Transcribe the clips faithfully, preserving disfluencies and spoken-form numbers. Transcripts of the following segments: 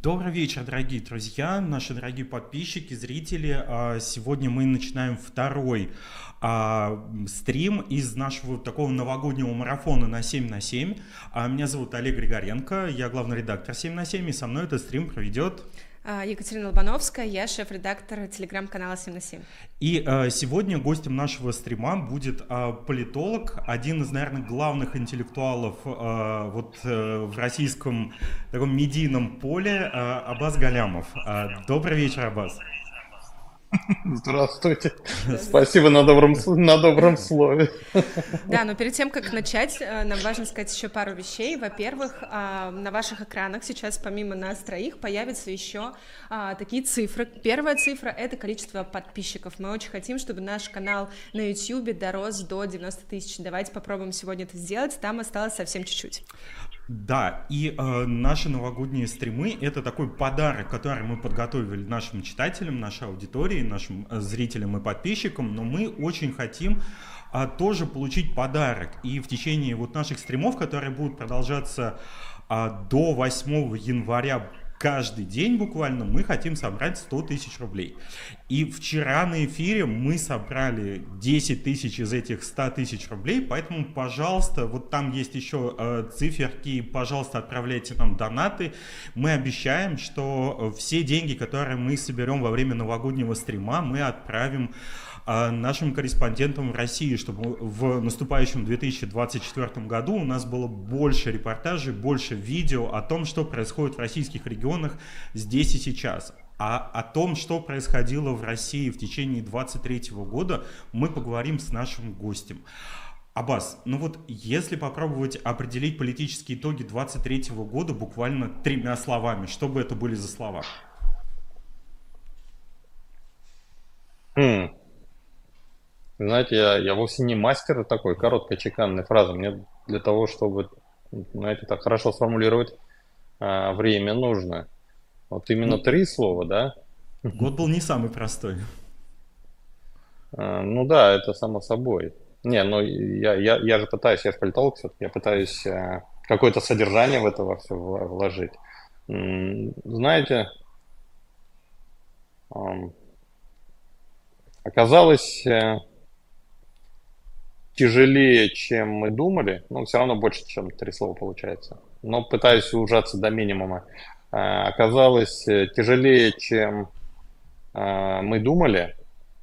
Добрый вечер, дорогие друзья, наши дорогие подписчики, зрители. А, Сегодня мы начинаем второй а, стрим из нашего такого новогоднего марафона на семь на семь. А, Меня зовут Олег Григоренко, я главный редактор семь на семь, и со мной этот стрим проведет... А, Екатерина Лобановская, я шеф-редактор телеграм-канала семь на семь. И э, сегодня гостем нашего стрима будет э, политолог, один из, наверное, главных интеллектуалов э, вот, э, в российском таком медийном поле, э, Аббас Галямов. Э, добрый вечер, Аббас. Здравствуйте. Спасибо на добром, на добром слове. Да, но перед тем, как начать, нам важно сказать еще пару вещей. Во-первых, на ваших экранах сейчас, помимо нас троих, появятся еще такие цифры. Первая цифра — это количество подписчиков. Мы очень хотим, чтобы наш канал на YouTube дорос до девяноста тысяч. Давайте попробуем сегодня это сделать. Там осталось совсем чуть-чуть. Да, и э, наши новогодние стримы — это такой подарок, который мы подготовили нашим читателям, нашей аудитории, нашим э, зрителям и подписчикам, но мы очень хотим э, тоже получить подарок. И в течение вот наших стримов, которые будут продолжаться э, до восьмого января, каждый день буквально, мы хотим собрать сто тысяч рублей. И вчера на эфире мы собрали десять тысяч из этих ста тысяч рублей, поэтому, пожалуйста, вот там есть еще э, циферки, пожалуйста, отправляйте нам донаты. Мы обещаем, что все деньги, которые мы соберем во время новогоднего стрима, мы отправим нашим корреспондентам в России, чтобы в наступающем две тысячи двадцать четвёртом году у нас было больше репортажей, больше видео о том, что происходит в российских регионах здесь и сейчас. А о том, что происходило в России в течение двадцать третьего года, мы поговорим с нашим гостем. Аббас, ну вот если попробовать определить политические итоги двадцать третьего года буквально тремя словами, что бы это были за слова? Хм. Знаете, я, я вовсе не мастер такой короткой чеканной фразы. Мне для того, чтобы, знаете, так хорошо сформулировать, а, время нужно. Вот именно Ну, три слова, да? год был не самый простой. А, ну да, это само собой. Не, ну я, я, я же пытаюсь, я же политолог все-таки, я пытаюсь а, какое-то содержание в это во все вложить. М, Знаете, ам, оказалось э, тяжелее, чем мы думали, но все равно больше, чем три слова получается. Но пытаюсь ужаться до минимума. А, Оказалось э, тяжелее, чем а, мы думали,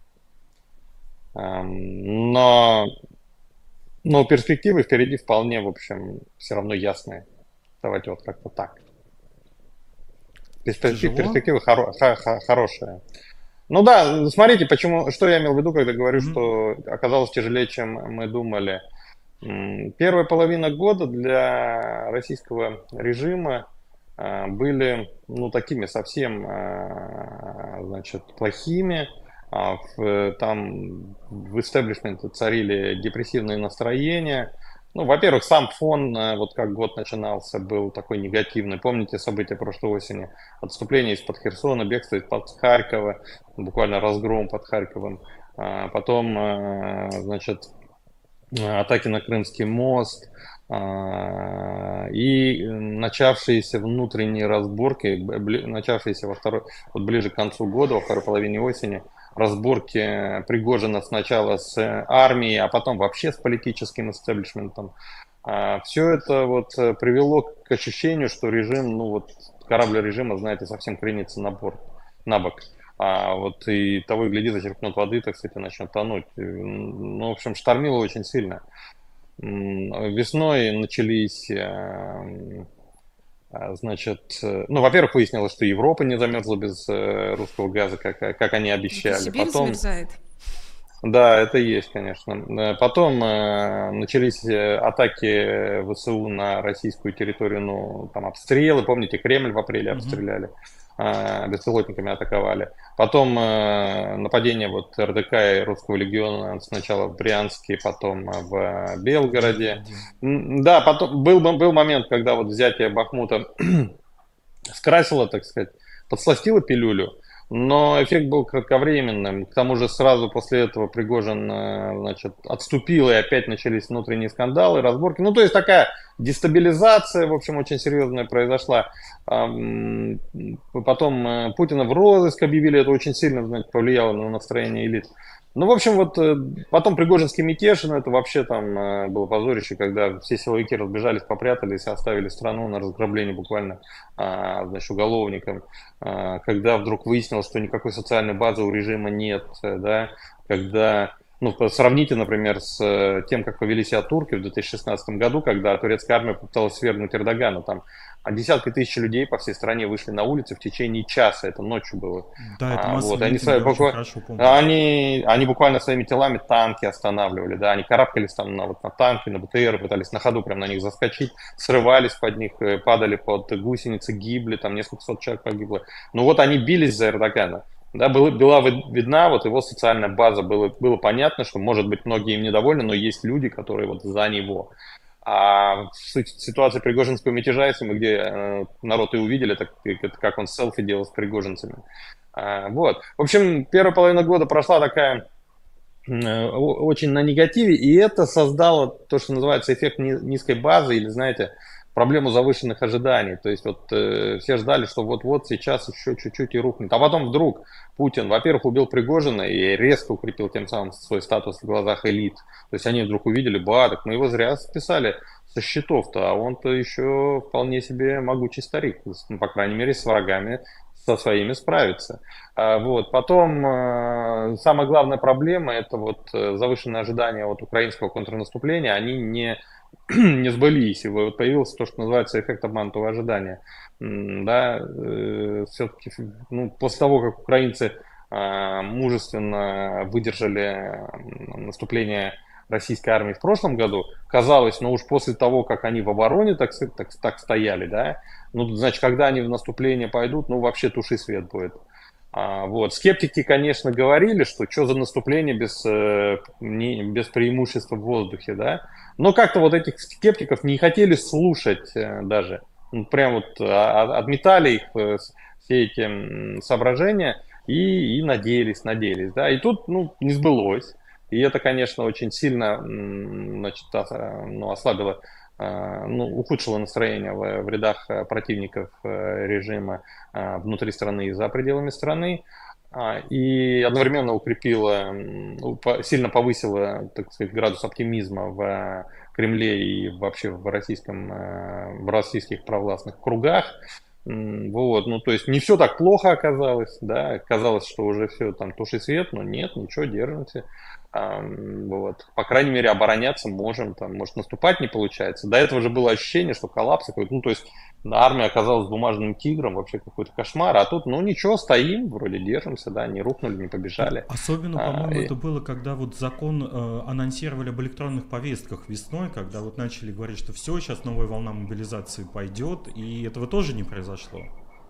Ам, но, но перспективы впереди вполне, в общем, все равно ясные. Давайте вот как-то так. Перспектив- Тяжело? Перспективы хоро- ха- ха- хорошие. Ну да, смотрите, почему, что я имел в виду, когда говорю, Мгм. что оказалось тяжелее, чем мы думали. М, Первая половина года для российского режима а, были, ну, такими совсем, а, значит, плохими. А, в- Там в истеблишменте царили депрессивные настроения. Ну, во-первых, сам фон, а, вот как год начинался, был такой негативный. Помните события прошлой осени? Отступление из-под Херсона, бегство из-под Харькова, буквально разгром под Харьковом. А, Потом, а, значит, а, атаки на Крымский мост, а, и начавшиеся внутренние разборки, б- бли- начавшиеся во второй, вот ближе к концу года, во второй половине осени, разборки Пригожина сначала с э, армией, а потом вообще с политическим истеблишментом. Все это вот э, привело к ощущению, что режим, ну вот корабль режима, знаете, совсем кренится на борт, на бок. А вот и того и гляди, зачерпнет воды, так сказать, и начнет тонуть. И, Ну, в общем, штормило очень сильно. М, Весной начались, э, а, значит, э, ну, во-первых, выяснилось, что Европа не замерзла без э, русского газа, как, как они Зато обещали. Сибирь Потом, замерзает. да, это есть, конечно. Э, Потом э, начались э, атаки ВСУ на российскую территорию, ну, там обстрелы, помните, Кремль в апреле Мгм. обстреляли, э, беспилотниками атаковали. Потом э, нападение вот РДК и Русского легиона сначала в Брянске, потом э, в В Белгороде. Белгороде. М, Да, потом был, был момент, когда вот взятие Бахмута скрасило, так сказать, подсластило пилюлю. но эффект был кратковременным. К тому же сразу после этого Пригожин, э, значит, отступил, и опять начались внутренние скандалы, разборки. Ну, то есть такая дестабилизация, в общем, очень серьезная произошла. Ам, Потом э, Путина в розыск объявили, это очень сильно, знаете, повлияло на настроение элит. Ну, в общем, вот э, потом Пригожинский мятеж, ну, это вообще там э, было позорище, когда все силовики разбежались, попрятались, оставили страну на разграбление буквально, а, значит, уголовникам. А, когда вдруг выяснилось, что никакой социальной базы у режима нет, э, да, когда, ну, сравните, например, с э, тем, как повели себя турки в две тысячи шестнадцатом году, когда турецкая армия попыталась свергнуть Эрдогана, там а десятки тысяч людей по всей стране вышли на улицы в течение часа, это ночью было. Да, это А, массовый вот, они, митинг, свои, я очень буквально, хорошо помню. они, они буквально своими телами танки останавливали, да, они карабкались там на, вот, на танки, на БТР, пытались на ходу прям на них заскочить, срывались под них, э, падали под гусеницы, гибли, там несколько сот человек погибло. Ну вот они бились за Эрдогана. Да, была, была видна вот его социальная база, было, было понятно, что, может быть, многие им недовольны, но есть люди, которые вот за него. А в ситуации пригожинского мятежа, если мы где э, народ и увидели, так это как он селфи делал с пригожинцами. А, вот. В общем, первая половина года прошла такая э, очень на негативе, и это создало то, что называется эффект низкой базы, или, знаете, проблему завышенных ожиданий. То есть вот э, все ждали, что вот-вот сейчас еще чуть-чуть и рухнет. А потом вдруг Путин, во-первых, убил Пригожина и резко укрепил тем самым свой статус в глазах элит. То есть они вдруг увидели, ба, так мы его зря списали со счетов-то, а он-то еще вполне себе могучий старик. Ну, по крайней мере, с врагами со своими справится. А, вот. Потом э, самая главная проблема, это вот э, завышенные ожидания от украинского контрнаступления, они не не сбылись, и вот появился то, что называется эффект обманутого ожидания. Да, э, все-таки, ну, после того, как украинцы э, мужественно выдержали наступление российской армии в прошлом году, казалось, ну уж после того, как они в обороне так, так, так стояли, да, ну, значит, когда они в наступление пойдут, ну, вообще туши свет будет. А, вот. Скептики, конечно, говорили, что что за наступление без, э, не, без преимущества в воздухе, да, но как-то вот этих скептиков не хотели слушать э, даже, ну, прям вот а, отметали их э, все эти м, соображения и, и надеялись, надеялись, да, и тут, ну, не сбылось, и это, конечно, очень сильно, м, значит, ну, ослабило, ну, ухудшило настроение в, в рядах противников режима внутри страны и за пределами страны, и одновременно укрепило, сильно повысило, так сказать, градус оптимизма в Кремле и вообще в, российском, в российских провластных кругах. Вот, ну, то есть не все так плохо оказалось, да, казалось, что уже все там туши свет, но нет, ничего, держимся. Вот. По крайней мере, обороняться можем, там, может, наступать не получается. До этого же было ощущение, что коллапс какой-то, ну, то есть армия оказалась бумажным тигром, вообще какой-то кошмар, а тут, ну, ничего, стоим, вроде держимся, да, не рухнули, не побежали. Особенно, по-моему, а, это и... было, когда вот закон э, анонсировали об электронных повестках весной, когда вот начали говорить, что все, сейчас новая волна мобилизации пойдет, и этого тоже не произошло.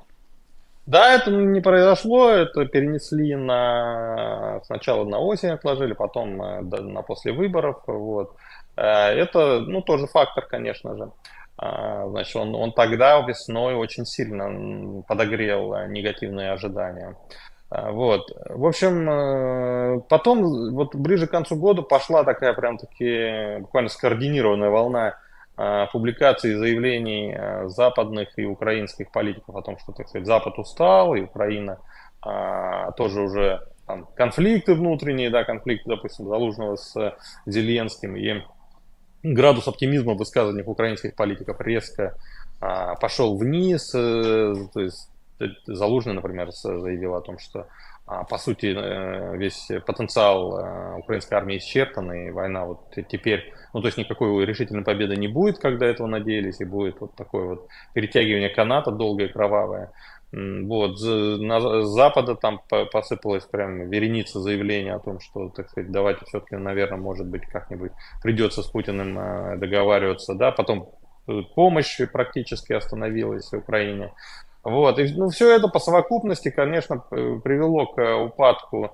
Да, это не произошло, это перенесли на сначала на осень отложили, потом на после выборов. Вот. Это, ну, тоже фактор, конечно же. Значит, он, он тогда весной очень сильно подогрел негативные ожидания. Вот. В общем, потом, вот ближе к концу года пошла такая прям таки буквально скоординированная волна публикаций и заявлений западных и украинских политиков о том, что, так сказать, Запад устал, и Украина а, тоже уже там, конфликты внутренние, да, конфликты, допустим, Залужного с Зеленским, и градус оптимизма в высказываниях украинских политиков резко а, пошел вниз. То есть Залужный, например, заявил о том, что по сути весь потенциал украинской армии исчерпан, и война вот теперь, ну, то есть никакой решительной победы не будет, когда этого надеялись, и будет вот такое вот перетягивание каната долгое, кровавое. Вот, с Запада там посыпалась прям вереница заявлений о том, что, так сказать, давайте все-таки, наверное, может быть, как-нибудь придется с Путиным договариваться, да, потом помощь практически остановилась в Украине. Вот, и, ну, все это по совокупности, конечно, привело к упадку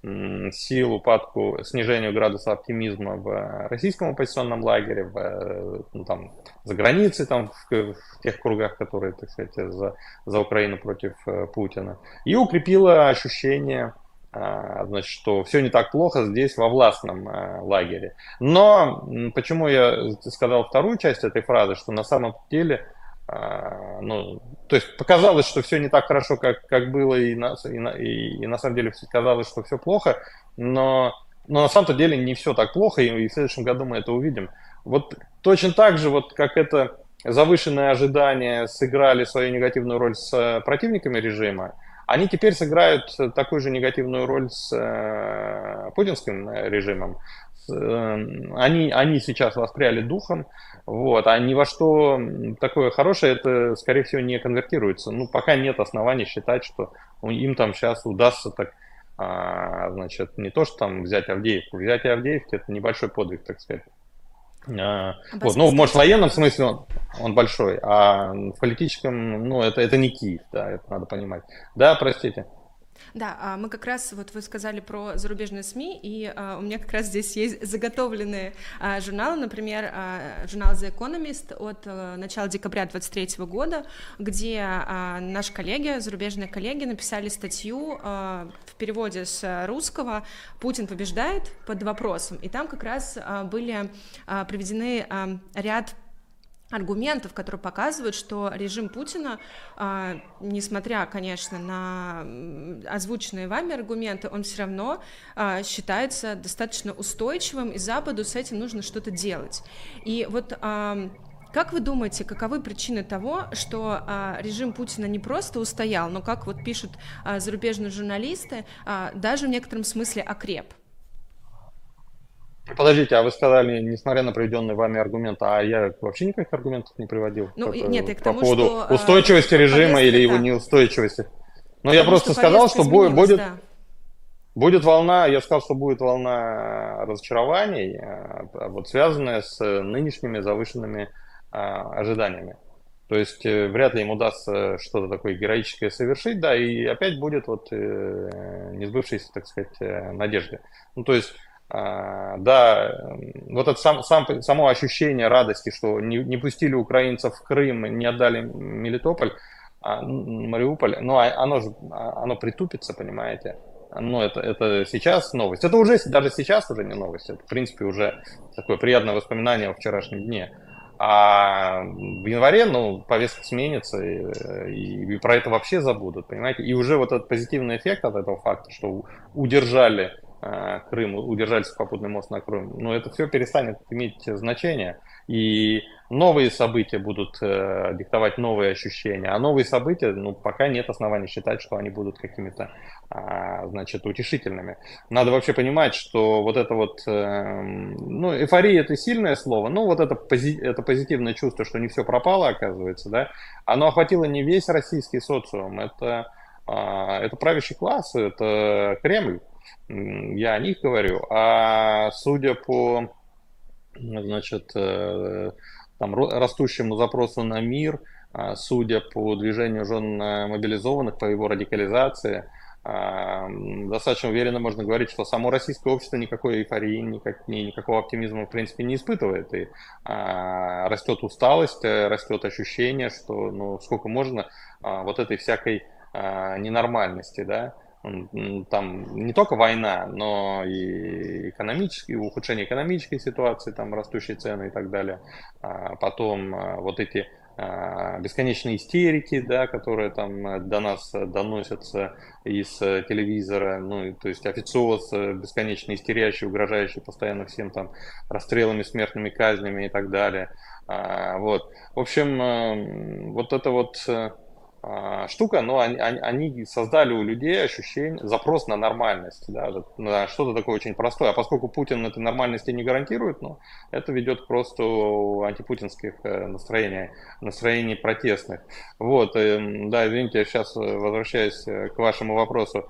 сил, упадку, снижению градуса оптимизма в российском оппозиционном лагере, в, ну, там, за границей, там, в, в тех кругах, которые, так сказать, за, за Украину против Путина, и укрепила ощущение, значит, что все не так плохо здесь, во властном лагере. Но почему я сказал вторую часть этой фразы, что на самом деле, ну, то есть показалось, что все не так хорошо, как, как было, и на, и, на, и, и на самом деле казалось, что все плохо, но, но на самом деле не все так плохо, и, и в следующем году мы это увидим. Вот точно так же, вот как это завышенные ожидания сыграли свою негативную роль с противниками режима, они теперь сыграют такую же негативную роль с э, путинским режимом. Они, они сейчас воспряли духом, вот, а ни во что такое хорошее это, скорее всего, не конвертируется. Ну, пока нет оснований считать, что им там сейчас удастся так, а, значит, не то, что там взять Авдеевку. Взятие Авдеевки — это небольшой подвиг, так сказать. А, вот, ну, может, в военном смысле он, он большой, а в политическом, ну, это, это не Киев, да, это надо понимать. Да, простите. Да, мы как раз, вот вы сказали про зарубежные СМИ, и у меня как раз здесь есть заготовленные журналы, например, журнал The Economist от начала декабря двадцать третьего года, где наши коллеги, зарубежные коллеги, написали статью в переводе с русского «Путин побеждает» под вопросом, и там как раз были приведены ряд аргументов, которые показывают, что режим Путина, э, несмотря, конечно, на озвученные вами аргументы, он все равно э, считается достаточно устойчивым, и Западу с этим нужно что-то делать. И вот э, как вы думаете, каковы причины того, что э, режим Путина не просто устоял, но, как вот пишут э, зарубежные журналисты, э, даже в некотором смысле окреп? Подождите, а вы сказали, несмотря на приведенные вами аргументы, а я вообще никаких аргументов не приводил? Ну, по, нет, и к по тому, поводу что, устойчивости э, режима или его да. неустойчивости. Но я просто что сказал, что будет, да. будет волна, я сказал, что будет волна разочарований, вот, связанная с нынешними завышенными а, ожиданиями. То есть э, вряд ли им удастся что-то такое героическое совершить, да, и опять будет вот э, несбывшиеся, так сказать, э, надежды. Ну, то есть Uh, да, вот это сам, сам, само ощущение радости, что не, не пустили украинцев в Крым, не отдали Мелитополь, а, Мариуполь, но оно же оно притупится, понимаете? Ну, это, это сейчас новость. Это уже, даже сейчас уже не новость. Это, в принципе, уже такое приятное воспоминание о вчерашнем дне. А в январе, ну, повестка сменится, и, и про это вообще забудут, понимаете? И уже вот этот позитивный эффект от этого факта, что удержали Крым, удержали сухопутный мост на Крым, но это все перестанет иметь значение, и новые события будут э, диктовать новые ощущения, а новые события, ну, пока нет оснований считать, что они будут какими-то, э, значит, утешительными. Надо вообще понимать, что вот это вот, э, ну, эйфория — это сильное слово, но вот это, пози- это позитивное чувство, что не все пропало, оказывается, да, оно охватило не весь российский социум, это, э, это правящий класс, это Кремль. Я о них говорю, а судя по, значит, там, растущему запросу на мир, судя по движению жен мобилизованных, по его радикализации, достаточно уверенно можно говорить, что само российское общество никакой эйфории, никак, никакого оптимизма в принципе не испытывает. И а, растет усталость, растет ощущение, что ну, сколько можно а, вот этой всякой а, ненормальности, да. Там не только война, но и экономические, ухудшение экономической ситуации, там растущие цены и так далее. А потом вот эти бесконечные истерики, да, которые там до нас доносятся из телевизора, ну, то есть официоз бесконечно истерящий, угрожающий постоянно всем там расстрелами, смертными казнями и так далее. А, вот. В общем, вот это вот штука, но они, они создали у людей ощущение, запрос на нормальность, да, на что-то такое очень простое. А поскольку Путин этой нормальности не гарантирует, ну, это ведет к росту антипутинских настроений, настроений протестных. Вот, да, извините, я сейчас возвращаюсь к вашему вопросу.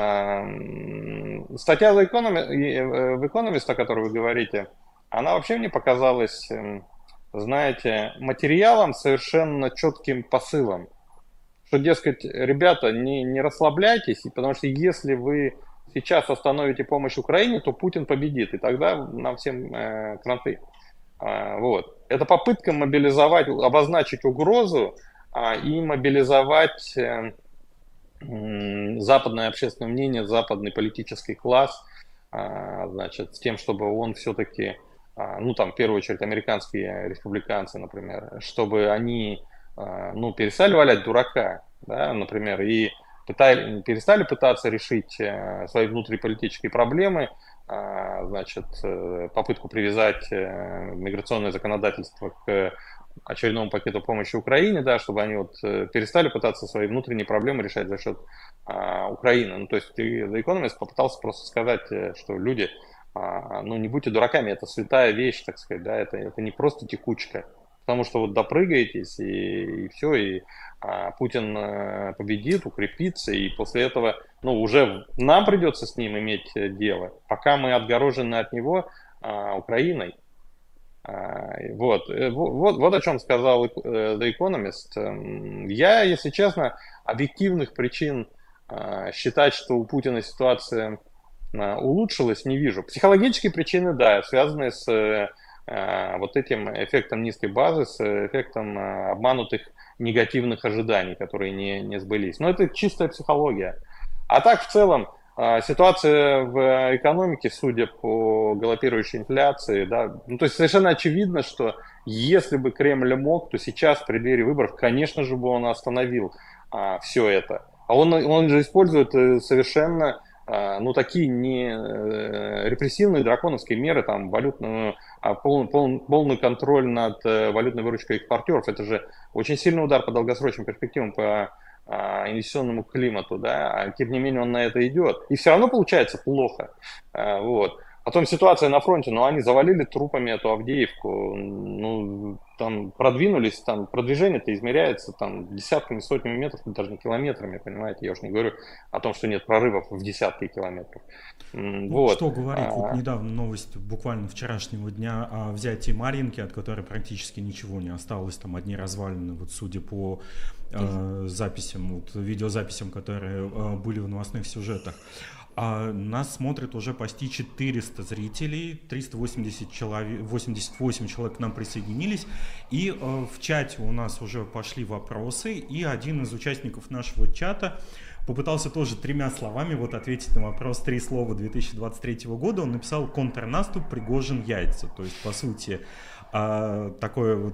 Статья The Economist, в Economist, о которой вы говорите, она вообще мне показалась, знаете, материалом совершенно четким посылом. Что, дескать, ребята, не, не расслабляйтесь, потому что если вы сейчас остановите помощь Украине, то Путин победит, и тогда нам всем э, кранты. А, вот. Это попытка мобилизовать, обозначить угрозу а, и мобилизовать э, м, западное общественное мнение, западный политический класс, а, значит, с тем, чтобы он все-таки, а, ну там в первую очередь американские республиканцы, например, чтобы они а, ну, перестали валять дурака, да, например, и пытали, перестали пытаться решить э, свои внутриполитические проблемы, а, значит, э, попытку привязать э, миграционное законодательство к очередному пакету помощи Украине, да, чтобы они вот э, перестали пытаться свои внутренние проблемы решать за счет а, Украины. Ну, то есть The Economist попытался просто сказать, э, что люди, а, ну, не будьте дураками, это святая вещь, так сказать, да, это, это не просто текучка. Потому что вот допрыгаетесь, и, и все, и а, Путин а, победит, укрепится, и после этого, ну, уже нам придется с ним иметь дело, пока мы отгорожены от него а, Украиной. А, вот, вот, вот о чем сказал The Economist. Я, если честно, объективных причин а, считать, что у Путина ситуация а, улучшилась, не вижу. Психологические причины, да, связанные с вот этим эффектом низкой базы, с эффектом обманутых негативных ожиданий, которые не, не сбылись. Но это чистая психология. А так, в целом, ситуация в экономике, судя по галопирующей инфляции, да, ну, то есть совершенно очевидно, что если бы Кремль мог, то сейчас, в преддверии выборов, конечно же, бы он остановил а, все это. А он, он же использует совершенно ну, такие не репрессивные драконовские меры, там, валютную, полный, полный, полный контроль над валютной выручкой экспортеров, это же очень сильный удар по долгосрочным перспективам, по инвестиционному климату, да, а тем не менее он на это идет. И все равно получается плохо. Вот. Потом ситуация на фронте, ну, они завалили трупами эту Авдеевку, ну, там продвинулись, там продвижение-то измеряется там десятками, сотнями метров, даже не километрами, понимаете, я уж не говорю о том, что нет прорывов в десятки километров. Ну, вот. Что говорить, а... вот недавно новость буквально вчерашнего дня о взятии Марьинки, от которой практически ничего не осталось, там одни развалины, вот судя по э, записям, вот видеозаписям, которые э, были в новостных сюжетах. А нас смотрит уже почти четыреста зрителей, триста восемьдесят человек, восемьдесят восемь человек к нам присоединились, и э, в чате у нас уже пошли вопросы, и один из участников нашего чата попытался тоже тремя словами вот ответить на вопрос «Три слова две тысячи двадцать третьего года». Он написал «Контрнаступ, Пригожин, яйца». То есть, по сути, э, такое вот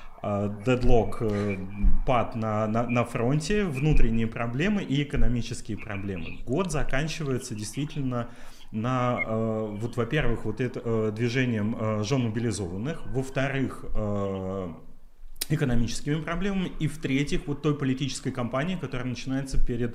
дедлок, пад на, на, на фронте, внутренние проблемы и экономические проблемы. Год заканчивается действительно на, э, вот, во-первых, вот это э, движением э, жен мобилизованных, во-вторых, э, экономическими проблемами, и в-третьих, вот той политической кампанией, которая начинается перед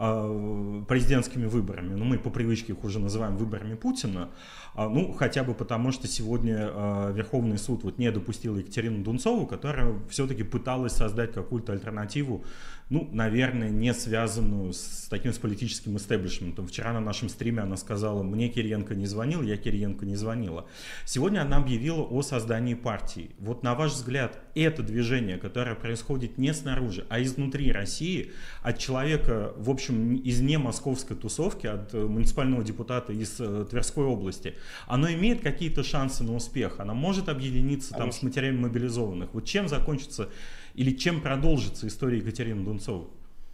э, президентскими выборами. Ну, мы по привычке их уже называем выборами Путина, э, ну, хотя бы потому, что сегодня э, Верховный суд вот не допустил Екатерину Дунцову, которая все-таки пыталась создать какую-то альтернативу, ну, наверное, не связанную с таким с политическим истеблишментом. Вчера на нашем стриме она сказала: мне Кириенко не звонил, я Кириенко не звонила. Сегодня она объявила о создании партии. Вот на ваш взгляд, это движение, которое происходит не снаружи, а изнутри России, от человека, в общем, из не московской тусовки, от муниципального депутата из Тверской области, оно имеет какие-то шансы на успех? Оно может объединиться там с матерями мобилизованных? Вот чем закончится или чем продолжится история Екатерины Дунцовой?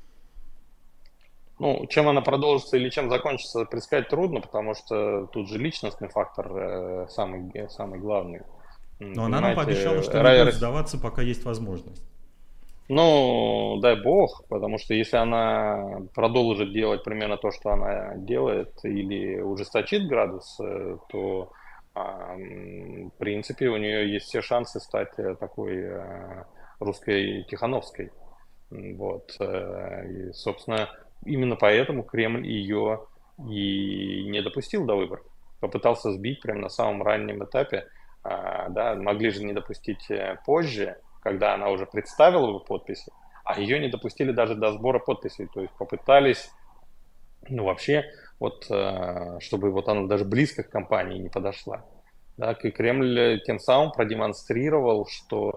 Ну, чем она продолжится или чем закончится, предсказать трудно, потому что тут же личностный фактор э, самый, самый главный. Но она нам пообещала, что Ра... не будет сдаваться, пока есть возможность. Ну, дай бог, потому что если она продолжит делать примерно то, что она делает, или ужесточит градус, то, в принципе, у нее есть все шансы стать такой русской Тихановской. Вот. И, собственно, именно поэтому Кремль ее и не допустил до выборов. Попытался сбить прямо на самом раннем этапе. Да, могли же не допустить позже, когда она уже представила бы подписи, а ее не допустили даже до сбора подписей. То есть попытались, ну вообще, вот, чтобы вот она даже близко к кампании не подошла. Да, и Кремль тем самым продемонстрировал, что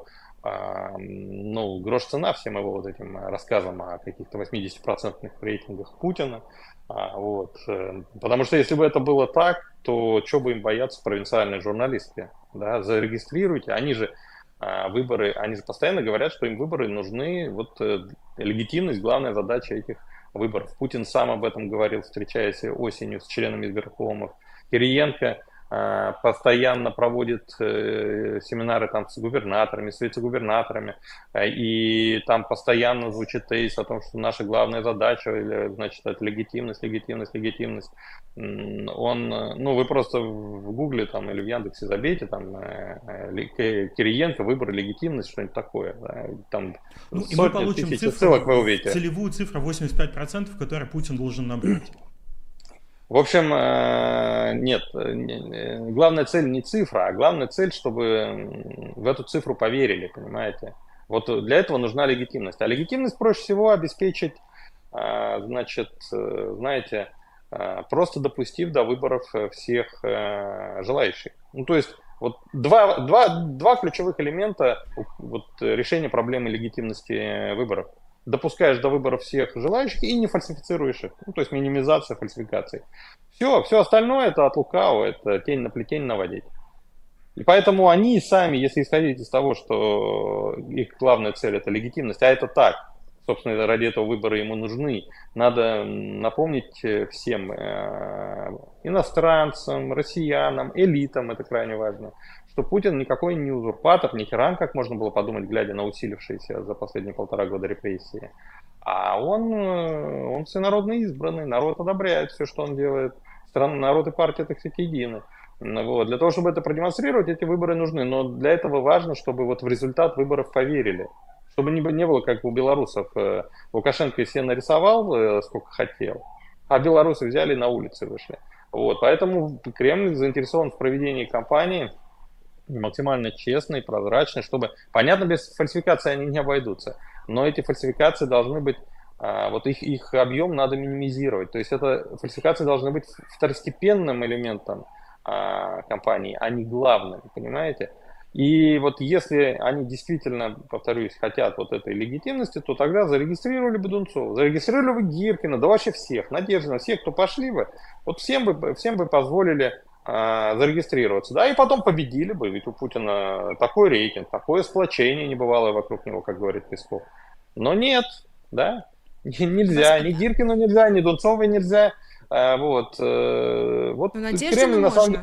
ну, грош цена всем его вот этим рассказам о каких-то восьмидесятипроцентных рейтингах Путина. Вот. Потому что если бы это было так, то что бы им бояться провинциальной журналистки? Да? Зарегистрируйте. Они же выборы, они же постоянно говорят, что им выборы нужны, вот легитимность, главная задача этих выборов. Путин сам об этом говорил, встречаясь осенью с членами избиркомов. Кириенко постоянно проводит семинары там с губернаторами, с вице-губернаторами, и там постоянно звучит тезис о том, что наша главная задача, значит, это легитимность, легитимность, легитимность. Он, ну, вы просто в Гугле там или в Яндексе забейте там Кириенко, выборы, легитимность, что-нибудь такое. Да, там ну, и мы получим цифру, ссылок вы увидите. Целевую цифру восемьдесят пять процентов, которую Путин должен набрать. В общем, нет, главная цель не цифра, а главная цель, чтобы в эту цифру поверили, понимаете. Вот для этого нужна легитимность. А легитимность проще всего обеспечить, значит, знаете, просто допустив до выборов всех желающих. Ну, то есть, вот два, два, два ключевых элемента вот, решения проблемы легитимности выборов. Допускаешь до выборов всех желающих и не фальсифицируешь их. Ну, то есть минимизация фальсификаций. Все, все остальное это от лукавого, это тень на плетень наводить. И поэтому они сами, если исходить из того, что их главная цель это легитимность, а это так, собственно, ради этого выборы ему нужны, надо напомнить всем иностранцам, россиянам, элитам, это крайне важно, что Путин никакой не узурпатор, не тиран, как можно было подумать, глядя на усилившиеся за последние полтора года репрессии. А он, он всенародно избранный, народ одобряет все, что он делает. Страна, народ и партия, так сказать, едины. Вот. Для того, чтобы это продемонстрировать, эти выборы нужны. Но для этого важно, чтобы вот в результат выборов поверили. Чтобы не, не было, как у белорусов. Лукашенко себе нарисовал, сколько хотел, а белорусы взяли и на улице вышли. Вот. Поэтому Кремль заинтересован в проведении кампании максимально честной, прозрачной, чтобы, понятно, без фальсификации они не обойдутся, но эти фальсификации должны быть, вот их, их объем надо минимизировать, то есть это фальсификации должны быть второстепенным элементом кампании, а не главным, понимаете? И вот если они действительно, повторюсь, хотят вот этой легитимности, то тогда зарегистрировали бы Дунцова, зарегистрировали бы Гиркина, да вообще всех, Надеждина, всех, кто пошли бы, вот всем бы, всем бы позволили зарегистрироваться, да, и потом победили бы, ведь у Путина такой рейтинг, такое сплочение небывалое вокруг него, как говорит Песков. Но нет, да, нельзя, ни Гиркину нельзя, ни Дунцовой нельзя, вот. Вот Кремль на самом деле...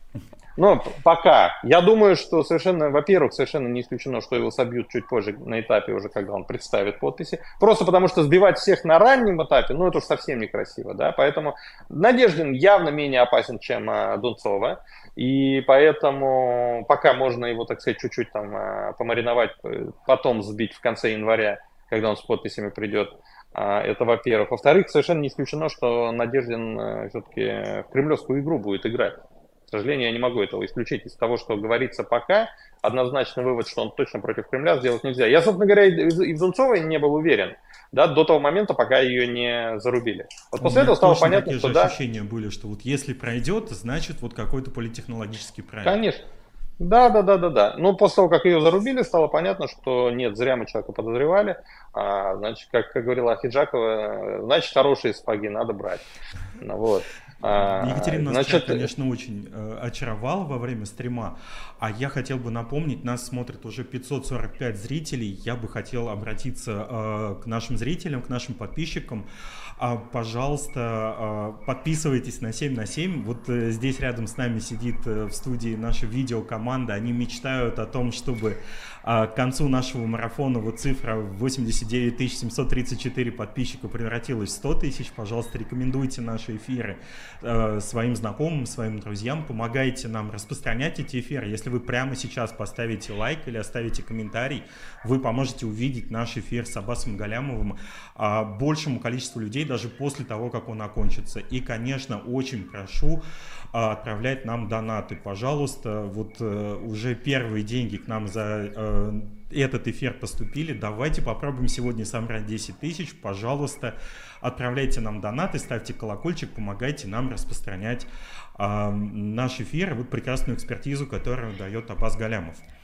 Ну, пока. Я думаю, что совершенно, во-первых, совершенно не исключено, что его собьют чуть позже на этапе уже, когда он представит подписи. Просто потому, что сбивать всех на раннем этапе, ну, это уж совсем некрасиво, да. Поэтому Надеждин явно менее опасен, чем а, Дунцова. И поэтому пока можно его, так сказать, чуть-чуть там а, помариновать, потом сбить в конце января, когда он с подписями придет. А, это, во-первых. Во-вторых, совершенно не исключено, что Надеждин а, все-таки в кремлевскую игру будет играть. К сожалению, я не могу этого исключить. Из того, что говорится пока, однозначный вывод, что он точно против Кремля, сделать нельзя. Я, собственно говоря, и в Дунцовой не был уверен, да, до того момента, пока ее не зарубили. Вот после этого стало понятно, что да. Ощущения были, что вот если пройдет, значит вот какой-то политтехнологический проект. Конечно. Да, да, да, да, да. Но после того, как ее зарубили, стало понятно, что нет, зря мы человека подозревали. А, значит, как, как говорила Ахиджакова, значит, хорошие сапоги надо брать. Ну, вот. Екатерина нас, Значит... конечно, очень э, очаровала во время стрима, а я хотел бы напомнить, нас смотрит уже пятьсот сорок пять зрителей, я бы хотел обратиться э, к нашим зрителям, к нашим подписчикам. А, пожалуйста, э, подписывайтесь на семь на семь, вот э, здесь рядом с нами сидит э, в студии наша видеокоманда, они мечтают о том, чтобы э, к концу нашего марафона вот цифра восемьдесят девять тысяч семьсот тридцать четыре подписчика превратилась в сто тысяч, пожалуйста, рекомендуйте наши эфиры своим знакомым, своим друзьям, помогайте нам распространять эти эфиры. Если вы прямо сейчас поставите лайк или оставите комментарий, вы поможете увидеть наш эфир с Аббасом Галямовым большему количеству людей даже после того, как он окончится. И, конечно, очень прошу отправлять нам донаты. Пожалуйста, вот уже первые деньги к нам за этот эфир поступили. Давайте попробуем сегодня собрать десять тысяч. Пожалуйста, отправляйте нам донаты, ставьте колокольчик, помогайте нам распространять э, наш эфир, вот прекрасную экспертизу, которую дает Аббас Галямов.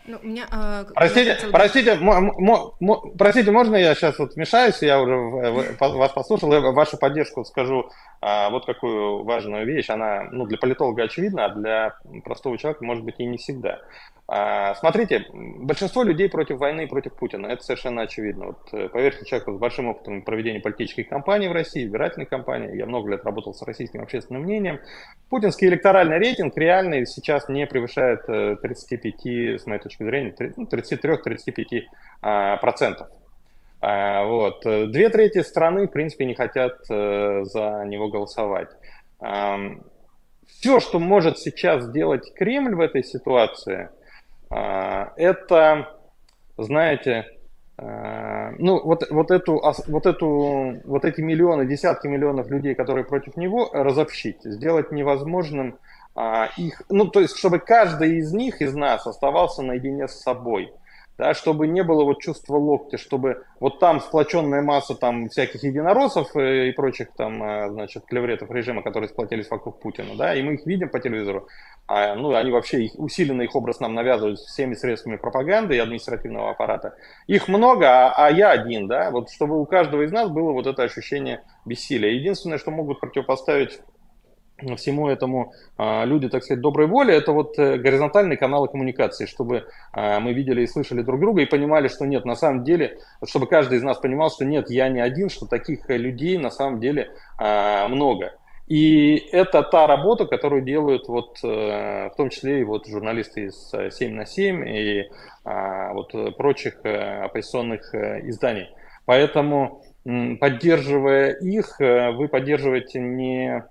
Ну, у меня, э, Простите, хотела... простите, м- м- м- простите, можно я сейчас вот вмешаюсь? Я уже в- в- вас послушал, я вашу поддержку скажу. А, вот какую важную вещь. Она, ну, для политолога очевидна, а для простого человека, может быть, и не всегда. А, смотрите, большинство людей против войны и против Путина. Это совершенно очевидно. Вот, э, поверьте человеку с большим опытом проведения политической кампании в России, избирательной кампании. Я много лет работал с российским общественным мнением. Путинский электоральный рейтинг реальный сейчас не превышает э, тридцать пять, с моей точки зрения, тридцать три - тридцать пять а, процентов. А, вот. Две трети страны, в принципе, не хотят э, за него голосовать. А, все, что может сейчас сделать Кремль в этой ситуации, а, это, знаете, а, ну, вот, вот, эту, вот, эту, вот эти миллионы, десятки миллионов людей, которые против него, разобщить, сделать невозможным а, их, ну, то есть, чтобы каждый из них, из нас, оставался наедине с собой. Да, чтобы не было вот чувства локтя, чтобы вот там сплоченная масса там всяких единороссов и прочих там, значит, клевретов режима, которые сплотились вокруг Путина, да, и мы их видим по телевизору, а, ну, они вообще их, усиленно их образ нам навязывают всеми средствами пропаганды и административного аппарата. Их много, а, а я один, да, вот чтобы у каждого из нас было вот это ощущение бессилия. Единственное, что могут противопоставить всему этому а, люди, так сказать, доброй воли, это вот э, горизонтальные каналы коммуникации, чтобы а, мы видели и слышали друг друга и понимали, что нет, на самом деле, чтобы каждый из нас понимал, что нет, я не один, что таких людей на самом деле а, много. И это та работа, которую делают вот, э, в том числе и вот журналисты из семь на семь и а, вот прочих э, оппозиционных э, изданий. Поэтому, м, поддерживая их, э, вы поддерживаете не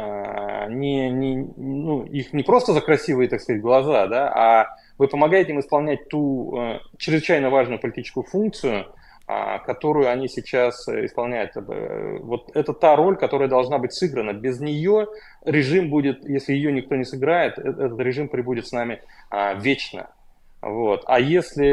Не, не, ну, их не просто за красивые, так сказать, глаза, да, а вы помогаете им исполнять ту э, чрезвычайно важную политическую функцию, э, которую они сейчас исполняют. Вот это та роль, которая должна быть сыграна. Без нее режим будет, если ее никто не сыграет, этот режим пребудет с нами э, вечно. Вот. А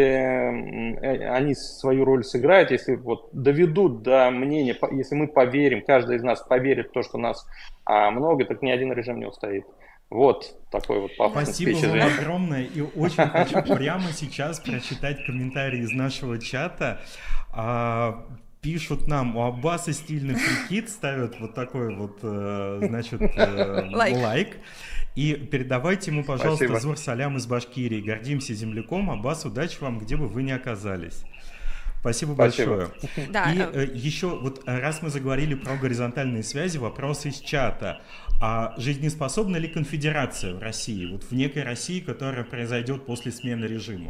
если они свою роль сыграют, если вот доведут до мнения, если мы поверим, каждый из нас поверит в то, что нас а, много, так ни один режим не устоит. Вот такой вот пафосный спич. Спасибо вам огромное, и очень хочу прямо сейчас прочитать комментарии из нашего чата. А, пишут нам, у Аббаса стильный прикид, ставят вот такой вот, значит, лайк. И передавайте ему, пожалуйста, Спасибо. Зур салям из Башкирии. Гордимся земляком. Аббас, удачи вам, где бы вы ни оказались. Спасибо, Спасибо. большое. Да. И э, еще, вот раз мы заговорили про горизонтальные связи, вопрос из чата. А жизнеспособна ли конфедерация в России? Вот в некой России, которая произойдет после смены режима?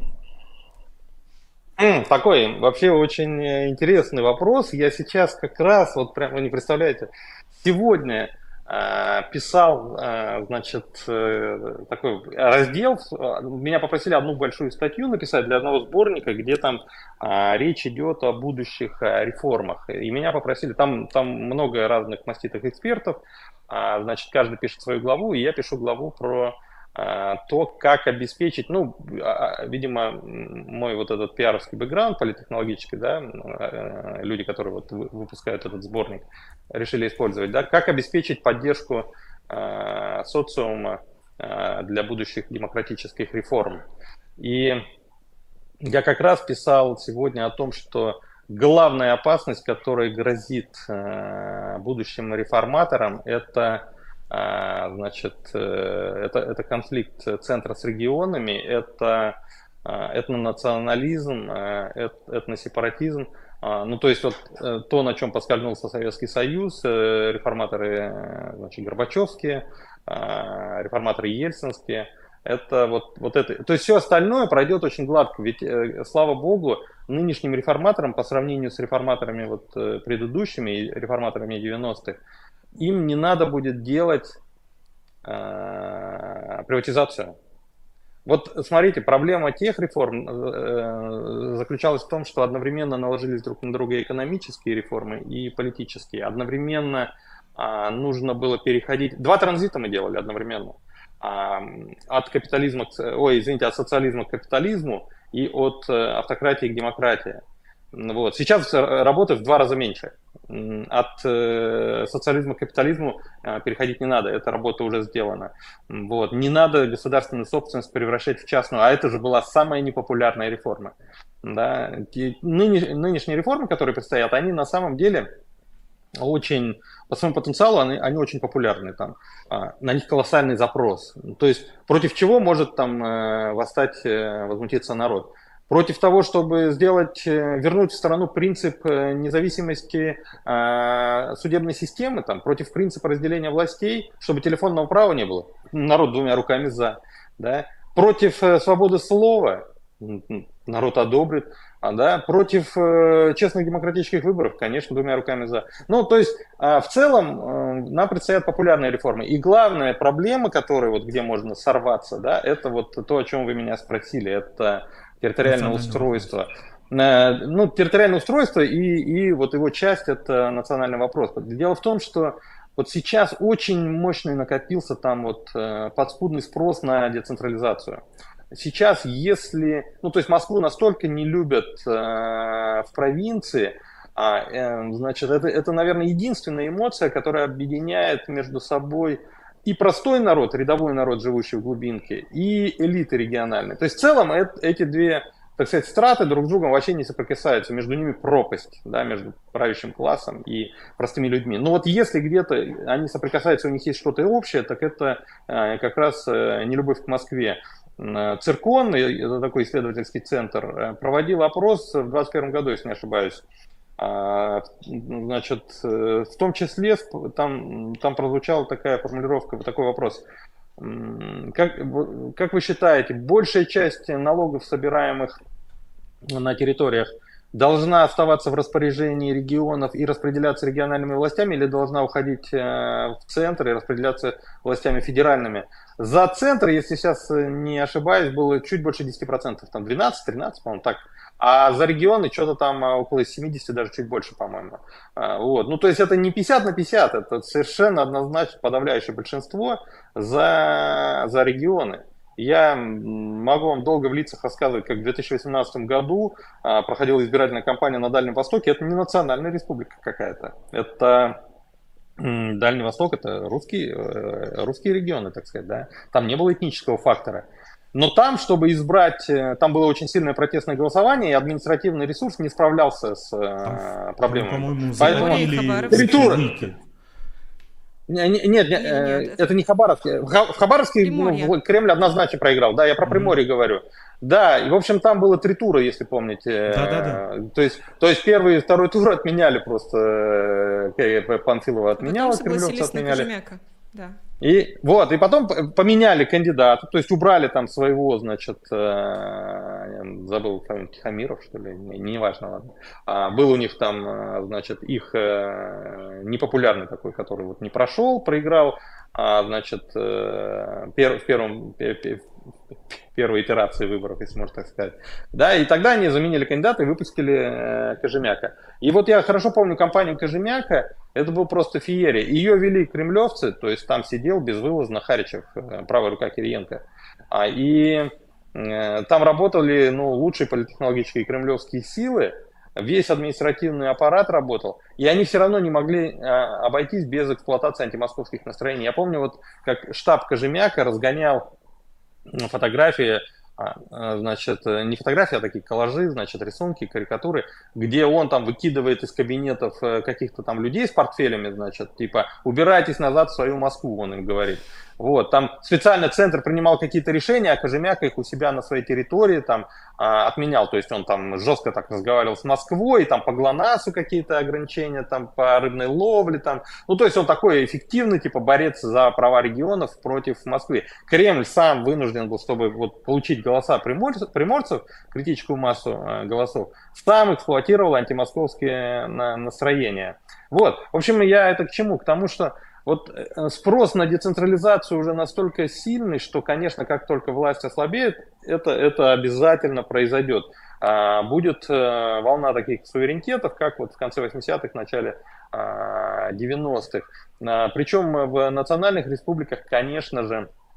Такой вообще очень интересный вопрос. Я сейчас как раз, вот прям вы не представляете, сегодня писал, значит, такой раздел, меня попросили одну большую статью написать для одного сборника, где там речь идет о будущих реформах. И меня попросили, там, там много разных маститых экспертов, значит, каждый пишет свою главу, и я пишу главу про то, как обеспечить, ну, видимо, мой вот этот пиаровский бэкграунд политтехнологический, да, люди, которые вот выпускают этот сборник, решили использовать, да, как обеспечить поддержку э, социума э, для будущих демократических реформ. И я как раз писал сегодня о том, что главная опасность, которая грозит э, будущим реформаторам, это Значит, это, это конфликт центра с регионами, это этнонационализм, этносепаратизм. Ну, то есть вот то, на чем поскользнулся Советский Союз, реформаторы, значит, горбачевские, реформаторы ельцинские, это вот, вот это. То есть все остальное пройдет очень гладко, ведь, слава богу, нынешним реформаторам по сравнению с реформаторами вот предыдущими, реформаторами девяностых, им не надо будет делать э, приватизацию. Вот смотрите, проблема тех реформ э, заключалась в том, что одновременно наложились друг на друга экономические реформы и политические. Одновременно э, нужно было переходить... Два транзита мы делали одновременно. Э, от капитализма, к... ой, извините, от социализма к капитализму и от автократии к демократии. Вот. Сейчас работы в два раза меньше. от э, социализма к капитализму э, переходить не надо, эта работа уже сделана. Вот. Не надо государственную собственность превращать в частную, а это же была самая непопулярная реформа. Да? Ныне, нынешние реформы, которые предстоят, они на самом деле очень, по своему потенциалу, они, они очень популярны, там, а, на них колоссальный запрос. То есть против чего может там э, восстать, э, возмутиться народ? Против того, чтобы сделать, вернуть в страну принцип независимости э, судебной системы, там, против принципа разделения властей, чтобы телефонного права не было, народ двумя руками за, да? Против э, свободы слова, народ одобрит, а, да? Против э, честных демократических выборов, конечно, двумя руками за. Ну, то есть, э, в целом, э, нам предстоят популярные реформы. И главная проблема, которая, вот, где можно сорваться, да, это вот то, о чем вы меня спросили, это территориальное устройство. Ну, территориальное устройство и, и вот его часть – это национальный вопрос. Дело в том, что вот сейчас очень мощный накопился там вот подспудный спрос на децентрализацию. Сейчас, если… Ну, то есть Москву настолько не любят э, в провинции, а, э, значит, это, это, наверное, единственная эмоция, которая объединяет между собой и простой народ, рядовой народ, живущий в глубинке, и элиты региональные. То есть в целом это, эти две, так сказать, страты друг с другом вообще не соприкасаются. Между ними пропасть, да, между правящим классом и простыми людьми. Но вот если где-то они соприкасаются, у них есть что-то общее, так это э, как раз э, нелюбовь к Москве. Циркон, это такой исследовательский центр, проводил опрос в двадцать первом году, если не ошибаюсь. Значит, в том числе там, там прозвучала такая формулировка, такой вопрос. Как, как вы считаете, большая часть налогов, собираемых на территориях, должна оставаться в распоряжении регионов и распределяться региональными властями, или должна уходить в центр и распределяться властями федеральными? За центр, если сейчас не ошибаюсь, было чуть больше десяти процентов, там двенадцать-тринадцать, по-моему, так. А за регионы что-то там около семидесяти, даже чуть больше, по-моему. Вот. Ну, то есть это не пятьдесят на пятьдесят, это совершенно однозначно подавляющее большинство за, за регионы. Я могу вам долго в лицах рассказывать, как в две тысячи восемнадцатом году проходила избирательная кампания на Дальнем Востоке. Это не национальная республика какая-то. Это Дальний Восток, это русские, русские регионы, так сказать. Да? Там не было этнического фактора. Но там, чтобы избрать, там было очень сильное протестное голосование, и административный ресурс не справлялся с там, проблемами. По-моему, Поэтому территория... Нет, нет, нет, нет, это... это не Хабаровск. В Хабаровске ну, Кремль однозначно проиграл. Да, я про Приморье mm-hmm. говорю. Да, и в общем там было три тура, если помните. Да, да, да. То есть, то есть первый и второй тур отменяли просто. Панфилова отменяла, кремлевцы отменяли. Да. И вот, и потом поменяли кандидата, то есть убрали там своего, значит, я забыл, Тихомиров, что ли, не, не важно, ладно. А, был у них там, значит, их непопулярный такой, который вот не прошел, проиграл, а, значит, пер, в первом, первой итерации выборов, если можно так сказать. Да, и тогда они заменили кандидата и выпустили Кожемяка. И вот я хорошо помню кампанию Кожемяка, это был просто феерия. Ее вели кремлевцы, то есть там сидел безвылазно Харичев, правая рука Кириенко. И там работали ну, лучшие политтехнологические кремлевские силы, весь административный аппарат работал, и они все равно не могли обойтись без эксплуатации антимосковских настроений. Я помню, вот как штаб Кожемяка разгонял фотографии, значит, не фотографии, а такие коллажи, значит, рисунки, карикатуры, где он там выкидывает из кабинетов каких-то там людей с портфелями, значит, типа, убирайтесь назад в свою Москву, он им говорит. Вот, там специально центр принимал какие-то решения, а Кожемяка их у себя на своей территории там а, отменял. То есть он там жестко так разговаривал с Москвой, там по ГЛОНАССу какие-то ограничения, там по рыбной ловле, там. Ну, то есть он такой эффективный, типа, борец за права регионов против Москвы. Кремль сам вынужден был, чтобы вот, получить голоса приморцев, приморцев, критическую массу э, голосов, сам эксплуатировал антимосковские на, настроения. Вот, в общем, я это к чему? К тому, что вот спрос на децентрализацию уже настолько сильный, что, конечно, как только власть ослабеет, это, это обязательно произойдет. А, будет а, волна таких суверенитетов, как вот в конце восьмидесятых, начале а, девяностых. А, причем в национальных республиках, конечно же,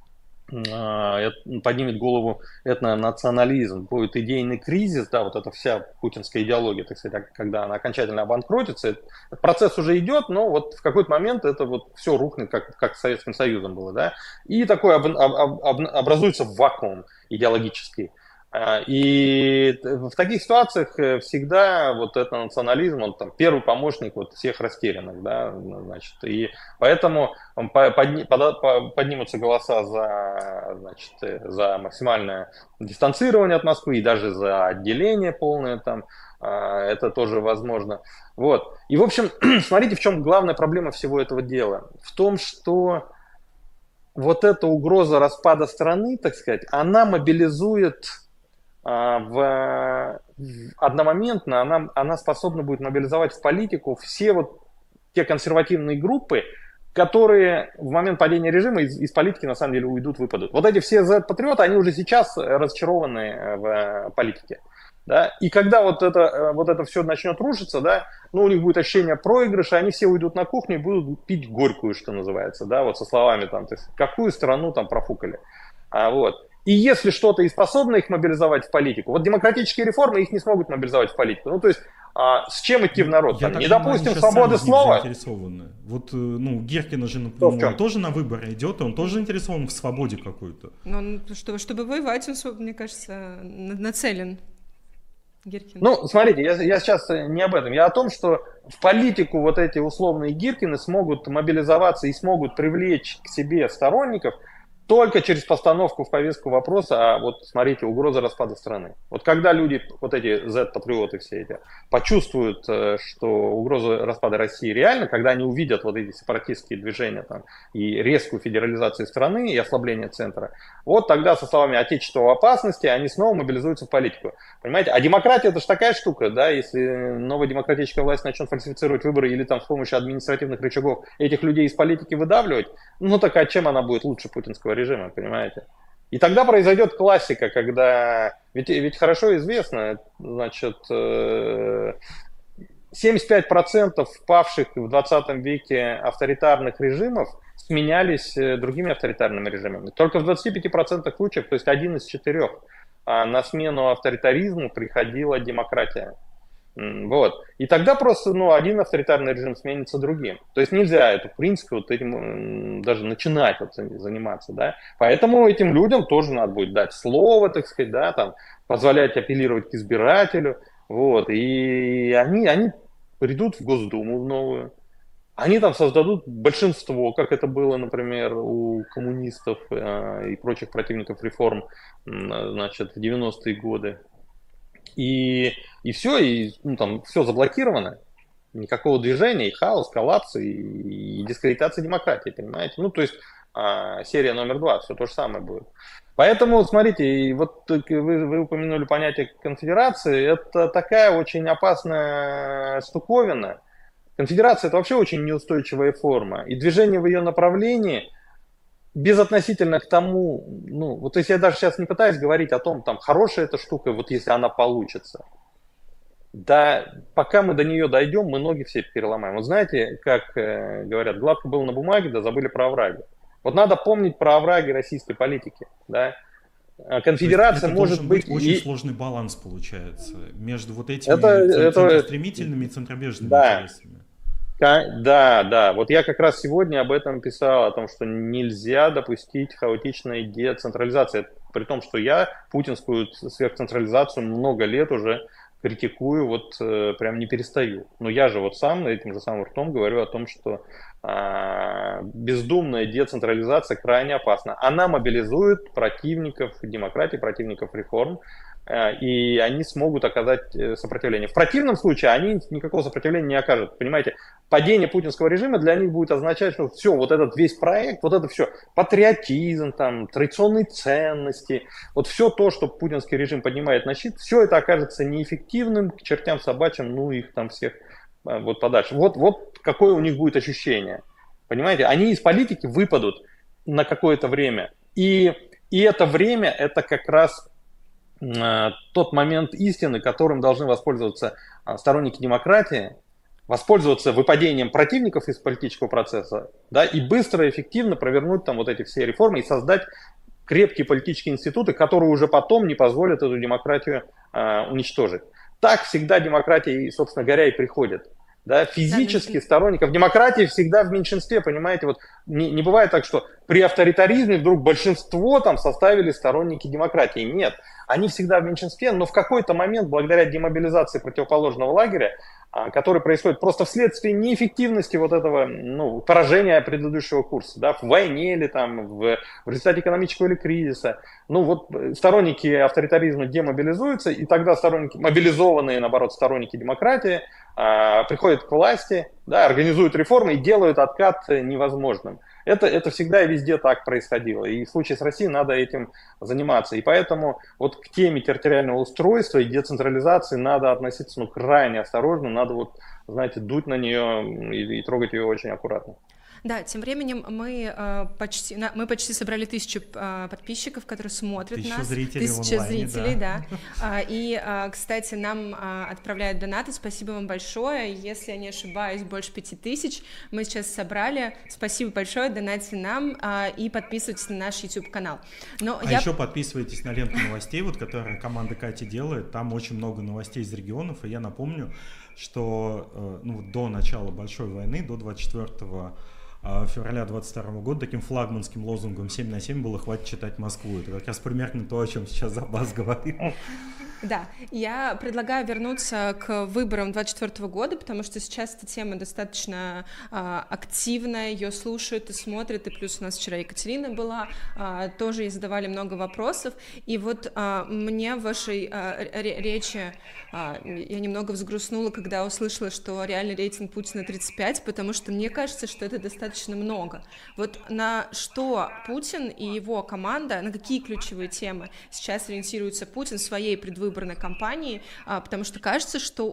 поднимет голову этнонационализм, будет идейный кризис, да, вот эта вся путинская идеология, так сказать, когда она окончательно обанкротится, этот процесс уже идет, но вот в какой-то момент это вот все рухнет, как, как с Советским Союзом было, да, и такой об, об, об, образуется вакуум идеологический. И в таких ситуациях всегда вот этот национализм, он там первый помощник вот всех растерянных, да, значит, и поэтому подни, под, поднимутся голоса за, значит, за максимальное дистанцирование от Москвы и даже за отделение полное там, это тоже возможно. Вот. И в общем, смотрите, в чем главная проблема всего этого дела. В том, что вот эта угроза распада страны, так сказать, она мобилизует В, одномоментно она, она способна будет мобилизовать в политику все вот те консервативные группы, которые в момент падения режима из, из политики на самом деле уйдут, выпадут. Вот эти все зет-патриоты, они уже сейчас разочарованы в политике. Да? И когда вот это, вот это все начнет рушиться, да, ну, у них будет ощущение проигрыша, они все уйдут на кухню и будут пить горькую, что называется, да, вот со словами там, то есть, какую страну там профукали. А, вот. И если что-то и способно их мобилизовать в политику, вот демократические реформы их не смогут мобилизовать в политику. Ну, то есть, а, с чем идти в народ? Там, не допустим свободы слова. Вот, ну, Гиркин же, например, он тоже на выборы идет, и он тоже интересован в свободе какой-то. Ну, чтобы, чтобы воевать, он, мне кажется, нацелен. Гиркин. Ну, смотрите, я, я сейчас не об этом. Я о том, что в политику вот эти условные Гиркины смогут мобилизоваться и смогут привлечь к себе сторонников только через постановку в повестку вопроса, а вот смотрите, угроза распада страны. Вот когда люди, вот эти зет-патриоты все эти, почувствуют, что угроза распада России реальна, когда они увидят вот эти сепаратистские движения там, и резкую федерализацию страны и ослабление центра, вот тогда со словами «отечество в опасности» они снова мобилизуются в политику. Понимаете? А демократия это же такая штука, да, если новая демократическая власть начнет фальсифицировать выборы или там с помощью административных рычагов этих людей из политики выдавливать, ну так а чем она будет лучше путинского режима, понимаете? И тогда произойдет классика, когда, ведь, ведь хорошо известно, значит, семьдесят пять процентов павших в двадцатом веке авторитарных режимов сменялись другими авторитарными режимами. Только в двадцати пяти процентах случаев, то есть один из четырех, на смену авторитаризму приходила демократия. Вот. И тогда просто ну, один авторитарный режим сменится другим. То есть нельзя это, в принципе, вот этим даже начинать вот, заниматься. Да? Поэтому этим людям тоже надо будет дать слово, так сказать, да, там, позволять апеллировать к избирателю. Вот. И они, они придут в Госдуму в новую. Они там создадут большинство, как это было, например, у коммунистов э, и прочих противников реформ значит, в девяностые годы. И, и все, и ну, там все заблокировано. Никакого движения, и хаос, коллапс, и, и дискредитация демократии, понимаете? Ну, то есть а, серия номер два, все то же самое будет. Поэтому, смотрите, и вот вы, вы упомянули понятие конфедерации, это такая очень опасная штуковина. Конфедерация это вообще очень неустойчивая форма. И движение в ее направлении безотносительно к тому, ну, вот если я даже сейчас не пытаюсь говорить о том, там, хорошая эта штука, вот если она получится. Да, пока мы до нее дойдем, мы ноги все переломаем. Вот знаете, как э, говорят, гладко было на бумаге, да забыли про овраги. Вот надо помнить про овраги российской политики, да. Конфедерация это может быть... быть очень и... сложный баланс получается между вот этими это, это... стремительными и центробежными да. интересами. Да, да, вот я как раз сегодня об этом писал, о том, что нельзя допустить хаотичной децентрализации, при том, что я путинскую сверхцентрализацию много лет уже критикую, вот э, прям не перестаю. Но я же вот сам этим же самым ртом говорю о том, что э, бездумная децентрализация крайне опасна. Она мобилизует противников демократии, противников реформ, и они смогут оказать сопротивление. В противном случае они никакого сопротивления не окажут. Понимаете, падение путинского режима для них будет означать, что все, вот этот весь проект, вот это все, патриотизм, там, традиционные ценности, вот все то, что путинский режим поднимает на щит, все это окажется неэффективным, к чертям собачьим, ну их там всех вот подальше. Вот, вот какое у них будет ощущение. Понимаете, они из политики выпадут на какое-то время. И, и это время, это как раз тот момент истины, которым должны воспользоваться сторонники демократии, воспользоваться выпадением противников из политического процесса, да, и быстро и эффективно провернуть там вот эти все реформы и создать крепкие политические институты, которые уже потом не позволят эту демократию э, уничтожить. Так всегда демократия, собственно говоря, и приходит. Да, физически сторонников демократии всегда в меньшинстве, понимаете, вот не, не бывает так, что при авторитаризме вдруг большинство там составили сторонники демократии. Нет, они всегда в меньшинстве, но в какой-то момент, благодаря демобилизации противоположного лагеря, который происходит просто вследствие неэффективности вот этого, ну, поражения предыдущего курса, да, в войне или там в, в результате экономического или кризиса. Ну вот сторонники авторитаризма демобилизуются, и тогда сторонники, мобилизованные, наоборот, сторонники демократии, а, приходят к власти, да, организуют реформы и делают откат невозможным. Это, это всегда и везде так происходило. И в случае с Россией надо этим заниматься. И поэтому вот к теме территориального устройства и децентрализации надо относиться, ну, крайне осторожно. Надо вот, знаете, дуть на нее и, и трогать ее очень аккуратно. Да, тем временем мы э, почти на, мы почти собрали тысячу э, подписчиков, которые смотрят Тысяча нас. Зрителей Тысяча онлайне, зрителей, да. да. А, и, а, кстати, нам а, отправляют донаты. Спасибо вам большое. Если я не ошибаюсь, больше пяти тысяч мы сейчас собрали. Спасибо большое, донатьте нам а, и подписывайтесь на наш YouTube-канал. Но а я... еще подписывайтесь на ленту новостей, вот, которую команда Кати делает. Там очень много новостей из регионов. И я напомню, что ну, до начала Большой войны, до двадцать четвёртого февраля двадцать второго года таким флагманским лозунгом семь на семь было «Хватит читать Москву». Это как раз примерно то, о чем сейчас Аббас говорит. Да, я предлагаю вернуться к выборам двадцать четвёртого года, потому что сейчас эта тема достаточно а, активная, ее слушают и смотрят, и плюс у нас вчера Екатерина была, а, тоже ей задавали много вопросов, и вот а, мне в вашей а, речи а, я немного взгрустнула, когда услышала, что реальный рейтинг Путина тридцать пять, потому что мне кажется, что это достаточно много. Вот на что Путин и его команда, на какие ключевые темы сейчас ориентируется Путин в своей предвыборной выборной кампании, потому что кажется, что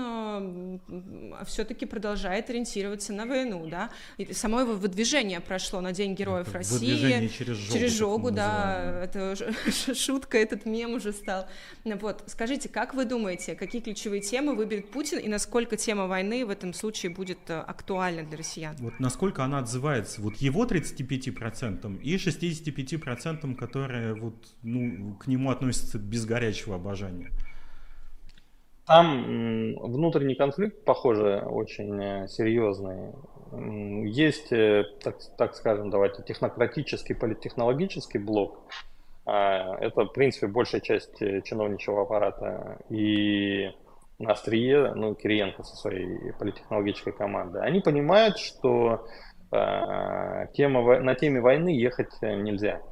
он все-таки продолжает ориентироваться на войну, да, и само его выдвижение прошло на День Героев России. Выдвижение через жогу. Через жогу, да, это шутка, этот мем уже стал. Вот, скажите, как вы думаете, какие ключевые темы выберет Путин и насколько тема войны в этом случае будет актуальна для россиян? Вот насколько она отзывается вот его тридцати пяти процентам и шестидесяти пяти процентам, которые вот, ну, к нему относятся без горячего обожания. Там внутренний конфликт, похоже, очень серьезный. Есть, так, так скажем, давайте, технократический, политтехнологический блок. Это, в принципе, большая часть чиновничьего аппарата. И на острие, ну, Кириенко со своей политтехнологической командой. Они понимают, что тема, на теме войны ехать нельзя.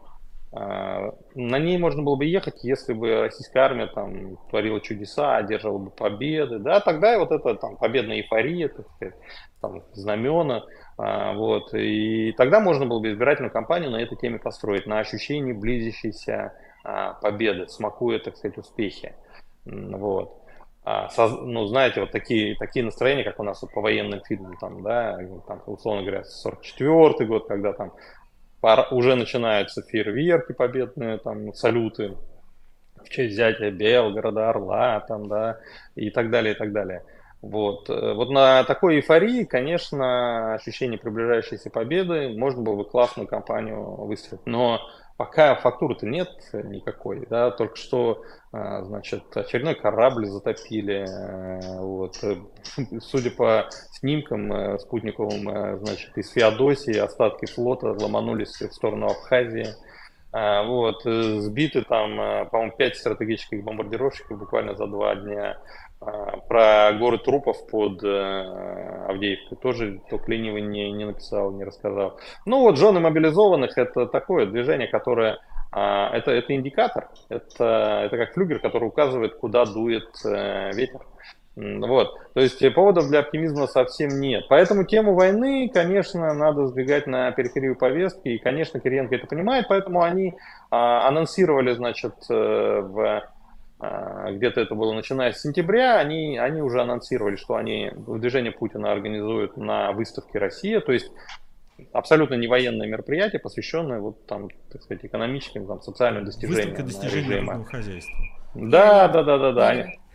На ней можно было бы ехать, если бы российская армия там творила чудеса, одерживала бы победы, да, тогда и вот это там победная эйфория, так сказать, там, знамена, вот, и тогда можно было бы избирательную кампанию на этой теме построить, на ощущении близящейся победы, смакуя, так сказать, успехи, вот. Ну, знаете, вот такие, такие настроения, как у нас вот по военным фильмам, там, да, там, условно говоря, сорок четвёртый год, когда там уже начинаются фейерверки победные, там, салюты в честь взятия Белгорода, Орла, там, да, и так далее, и так далее. Вот. Вот на такой эйфории, конечно, ощущение приближающейся победы, можно было бы классную кампанию выстроить. Но пока фактуры-то нет никакой, да, только что, значит, очередной корабль затопили, вот, судя по снимкам спутниковым, значит, из Феодосии остатки флота ломанулись в сторону Абхазии, вот, сбиты там, по-моему, пять стратегических бомбардировщиков буквально за два дня. Про горы трупов под Авдеевкой тоже только ленивый не, не написал, не рассказал. Ну вот, жены мобилизованных — это такое движение, которое, это, это индикатор, это, это как флюгер, который указывает, куда дует ветер. Вот, то есть поводов для оптимизма совсем нет. Поэтому тему войны, конечно, надо сдвигать на периферию повестки, и, конечно, Кириенко это понимает, поэтому они анонсировали, значит, в где-то это было начиная с сентября, они, они уже анонсировали, что они движение Путина организуют на выставке «Россия», то есть абсолютно не военное мероприятие, посвященное вот там, так сказать, экономическим, там, социальным достижениям. Выставка достижений народного хозяйства. Да, да, да, да, да.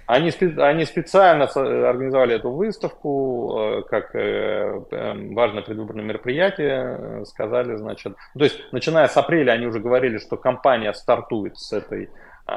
Они, спе- они специально со- организовали эту выставку э, как э, э, важное предвыборное мероприятие, э, сказали, значит, то есть начиная с апреля они уже говорили, что компания стартует с этой,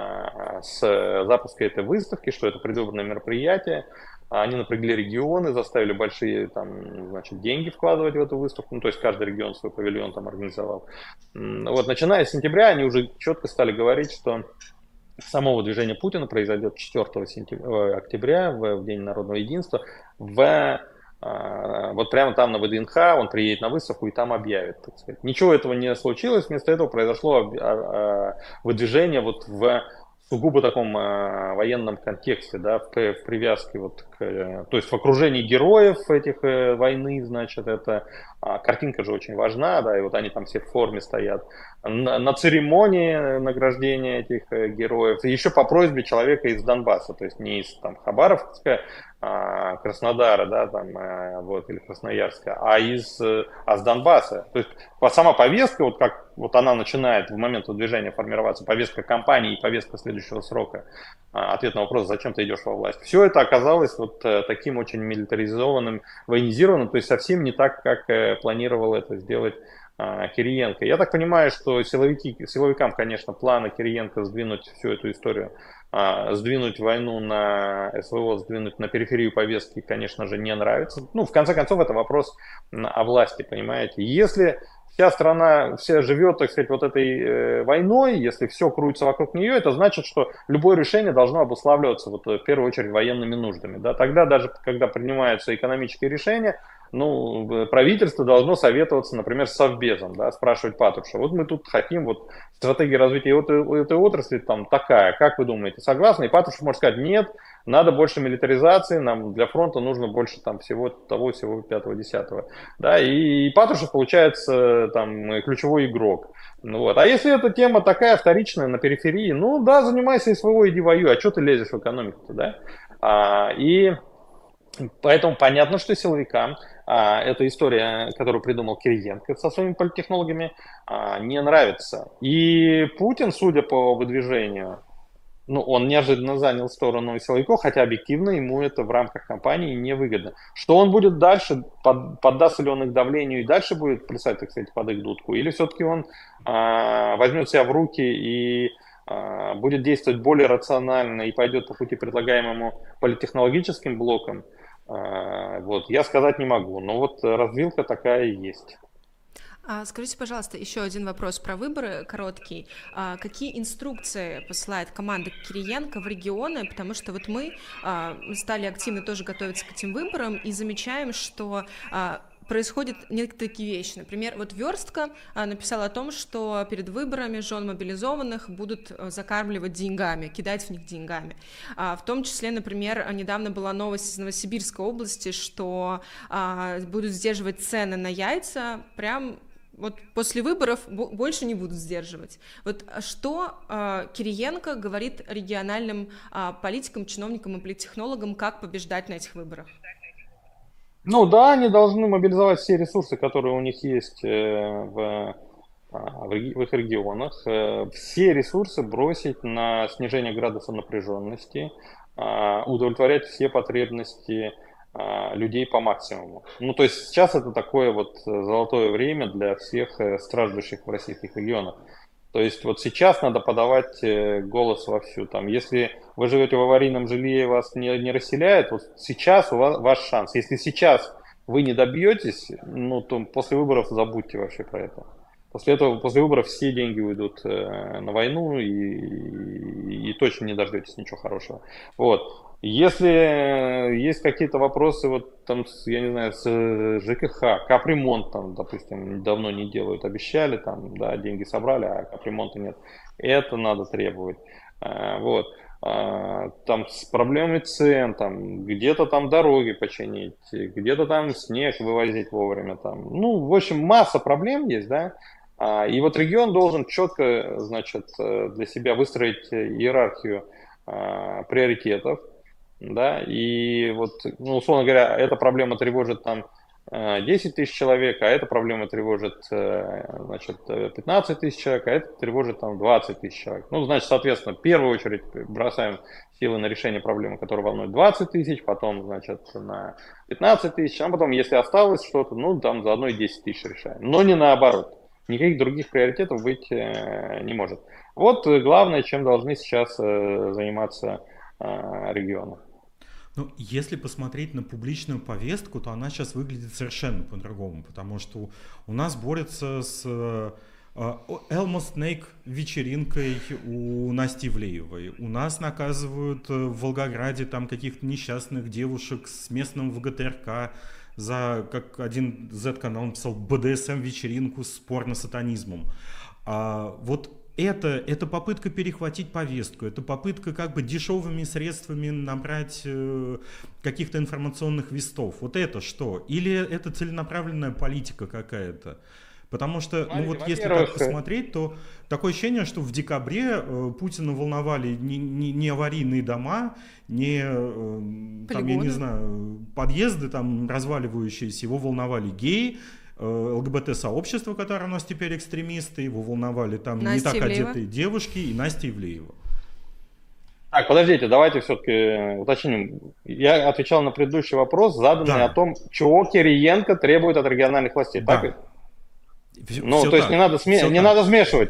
а, с запуска этой выставки, что это предвыборное мероприятие. Они напрягли регионы, заставили большие там, значит, деньги вкладывать в эту выставку, ну, то есть каждый регион свой павильон там организовал. М, Вот, начиная с сентября они уже четко стали говорить, что самого движения Путина произойдет четвёртого сентября, октября, в, в День народного единства, в, а, вот прямо там на ВДНХ, он приедет на выставку и там объявит, так сказать. Ничего этого не случилось, вместо этого произошло а, а, выдвижение вот в сугубо таком а, военном контексте, да, в, в привязке вот к, то есть в окружении героев этих э, войны, значит, это а, картинка же очень важна, да, и вот они там все в форме стоят на, на церемонии награждения этих э, героев, и еще по просьбе человека из Донбасса, то есть не из там Хабаровска, а, Краснодара, да, там, а, вот, или Красноярска, а из, э, а с Донбасса. То есть сама повестка, вот как вот она начинает в момент движения формироваться, повестка кампании и повестка следующего срока, а, ответ на вопрос, зачем ты идешь во власть. Все это оказалось вот э, таким очень милитаризованным, военизированным, то есть совсем не так, как э, планировал это сделать а, Кириенко. Я так понимаю, что силовики, силовикам, конечно, планы Кириенко сдвинуть всю эту историю, а, сдвинуть войну на СВО, сдвинуть на периферию повестки, конечно же, не нравится. Ну, в конце концов, это вопрос о власти, понимаете. Если вся страна, вся живет, так сказать, вот этой э, войной, если все крутится вокруг нее, это значит, что любое решение должно обуславливаться вот, в первую очередь военными нуждами. Да? Тогда даже, когда принимаются экономические решения, ну, правительство должно советоваться, например, с Совбезом, да, спрашивать Патрушева. Вот мы тут хотим, вот стратегия развития этой, этой отрасли там такая, как вы думаете, согласны? И Патрушев может сказать, нет, надо больше милитаризации, нам для фронта нужно больше там всего того, всего пятого-десятого. Да, и, и Патрушев получается там ключевой игрок. Ну, вот. А если эта тема такая вторичная на периферии, ну да, занимайся СВО, иди воюй, а что ты лезешь в экономику-то, да? А, и поэтому понятно, что силовикам а, эта история, которую придумал Кириенко со своими политтехнологами, а, не нравится. И Путин, судя по выдвижению, ну, он неожиданно занял сторону силовиков, хотя объективно ему это в рамках кампании невыгодно. Что он будет дальше, под, поддаст ли он их давлению и дальше будет плясать, так сказать, под их дудку, или все-таки он а, возьмет себя в руки и а, будет действовать более рационально и пойдет по пути, предлагаемому политтехнологическим блоком, а, вот, я сказать не могу, но вот развилка такая и есть. А скажите, пожалуйста, еще один вопрос про выборы короткий. А какие инструкции посылает команда Кириенко в регионы? Потому что вот мы а, стали активно тоже готовиться к этим выборам и замечаем, что а, происходят некоторые такие вещи. Например, вот Верстка а, написала о том, что перед выборами жен мобилизованных будут закармливать деньгами, кидать в них деньгами. А, в том числе, например, недавно была новость из Новосибирской области, что а, будут сдерживать цены на яйца прям вот после выборов больше не будут сдерживать. Вот что э, Кириенко говорит региональным э, политикам, чиновникам и политтехнологам, как побеждать на этих выборах? Ну да, они должны мобилизовать все ресурсы, которые у них есть э, в, в, в их регионах, э, все ресурсы бросить на снижение градуса напряженности, э, удовлетворять все потребности людей по максимуму. Ну, то есть сейчас это такое вот золотое время для всех страждущих в российских регионах. То есть вот сейчас надо подавать голос вовсю. Там, если вы живете в аварийном жилье и вас не, не расселяют, вот сейчас у вас ваш шанс. Если сейчас вы не добьетесь, ну, то после выборов забудьте вообще про это. После этого, после выборов все деньги уйдут на войну и, и, и точно не дождетесь ничего хорошего. Вот. Если есть какие-то вопросы, вот там, я не знаю, с ЖКХ, капремонт там, допустим, давно не делают, обещали, там, да, деньги собрали, а капремонта нет, это надо требовать. Вот. Там с проблемами цен, там, где-то там дороги починить, где-то там снег вывозить вовремя, там, ну, в общем, масса проблем есть, да. И вот регион должен четко, значит, для себя выстроить иерархию приоритетов, да, и вот, ну, условно говоря, эта проблема тревожит там десять тысяч человек, а эта проблема тревожит, значит, пятнадцать тысяч человек, а это тревожит там двадцать тысяч человек. Ну, значит, соответственно, в первую очередь бросаем силы на решение проблемы, которая волнует двадцать тысяч, потом, значит, на пятнадцать тысяч, а потом, если осталось что-то, ну, там заодно и десять тысяч решаем. Но не наоборот. Никаких других приоритетов быть не может. Вот главное, чем должны сейчас заниматься регионы. Ну, если посмотреть на публичную повестку, то она сейчас выглядит совершенно по-другому, потому что у нас борются с э, Elmo Snake вечеринкой у Насти Ивлеевой. У нас наказывают в Волгограде там каких-то несчастных девушек с местным ВГТРК за, как один зет-канал написал, бэ дэ эс эм-вечеринку с порно-сатанизмом. А вот Это, это попытка перехватить повестку, это попытка как бы дешевыми средствами набрать э, каких-то информационных вестов. Вот это что? Или это целенаправленная политика какая-то? Потому что, Смотрите, ну вот если так посмотреть, то такое ощущение, что в декабре э, Путина волновали не, не, не аварийные дома, не, э, там, я не знаю, подъезды там разваливающиеся, его волновали геи, ЛГБТ-сообщество, которое у нас теперь экстремисты, его волновали там Настя не так Ивлеева. Одетые девушки и Настя Ивлеева. Так, подождите, давайте все-таки уточним. Я отвечал на предыдущий вопрос, заданный да. о том, чего Кириенко требует от региональных властей. Да. Так? Все, ну, все то так. есть не надо, сме- не надо смешивать.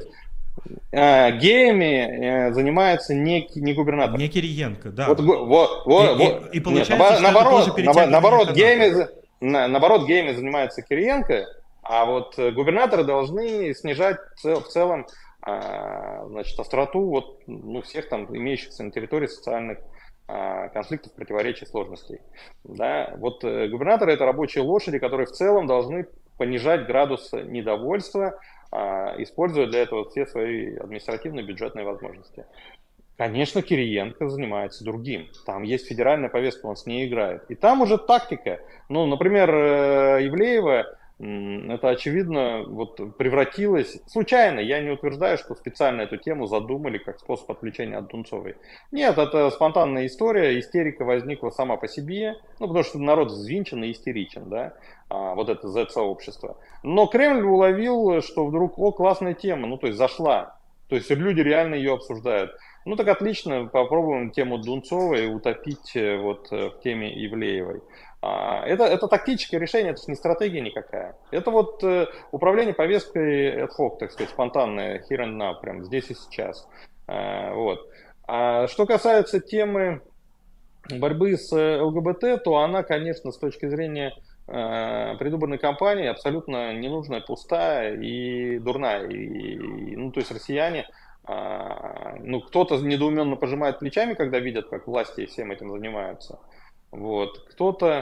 Геями занимается не, не губернатор. Не Кириенко, да. Вот, вот, вот, и, вот. И, и получается, Нет, наоборот, наоборот, наоборот геями... Наоборот, геями занимается Кириенко, а вот губернаторы должны снижать в целом, значит, остроту вот, ну, всех там имеющихся на территории социальных конфликтов, противоречий, сложностей. Да? Вот губернаторы — это рабочие лошади, которые в целом должны понижать градус недовольства, используя для этого все свои административные бюджетные возможности. Конечно, Кириенко занимается другим. Там есть федеральная повестка, он с ней играет. И там уже тактика. Ну, например, Ивлеева, это очевидно, вот превратилась... Случайно, я не утверждаю, что специально эту тему задумали как способ отвлечения от Дунцовой. Нет, это спонтанная история, истерика возникла сама по себе, ну, потому что народ взвинчен и истеричен, да, а, вот это зет-сообщество. Но Кремль уловил, что вдруг, о, классная тема, ну, то есть зашла. То есть люди реально ее обсуждают. Ну так отлично, попробуем тему Дунцовой утопить вот в теме Ивлеевой. Это, это тактическое решение, это же не стратегия никакая. Это вот управление повесткой ad hoc, так сказать, спонтанное, here and now, прям здесь и сейчас. Вот. А что касается темы борьбы с ЛГБТ, то она, конечно, с точки зрения предвыборной кампании абсолютно ненужная, пустая и дурная. И, ну, то есть россияне... Ну, кто-то недоуменно пожимает плечами, когда видят, как власти всем этим занимаются. Вот. Кто-то,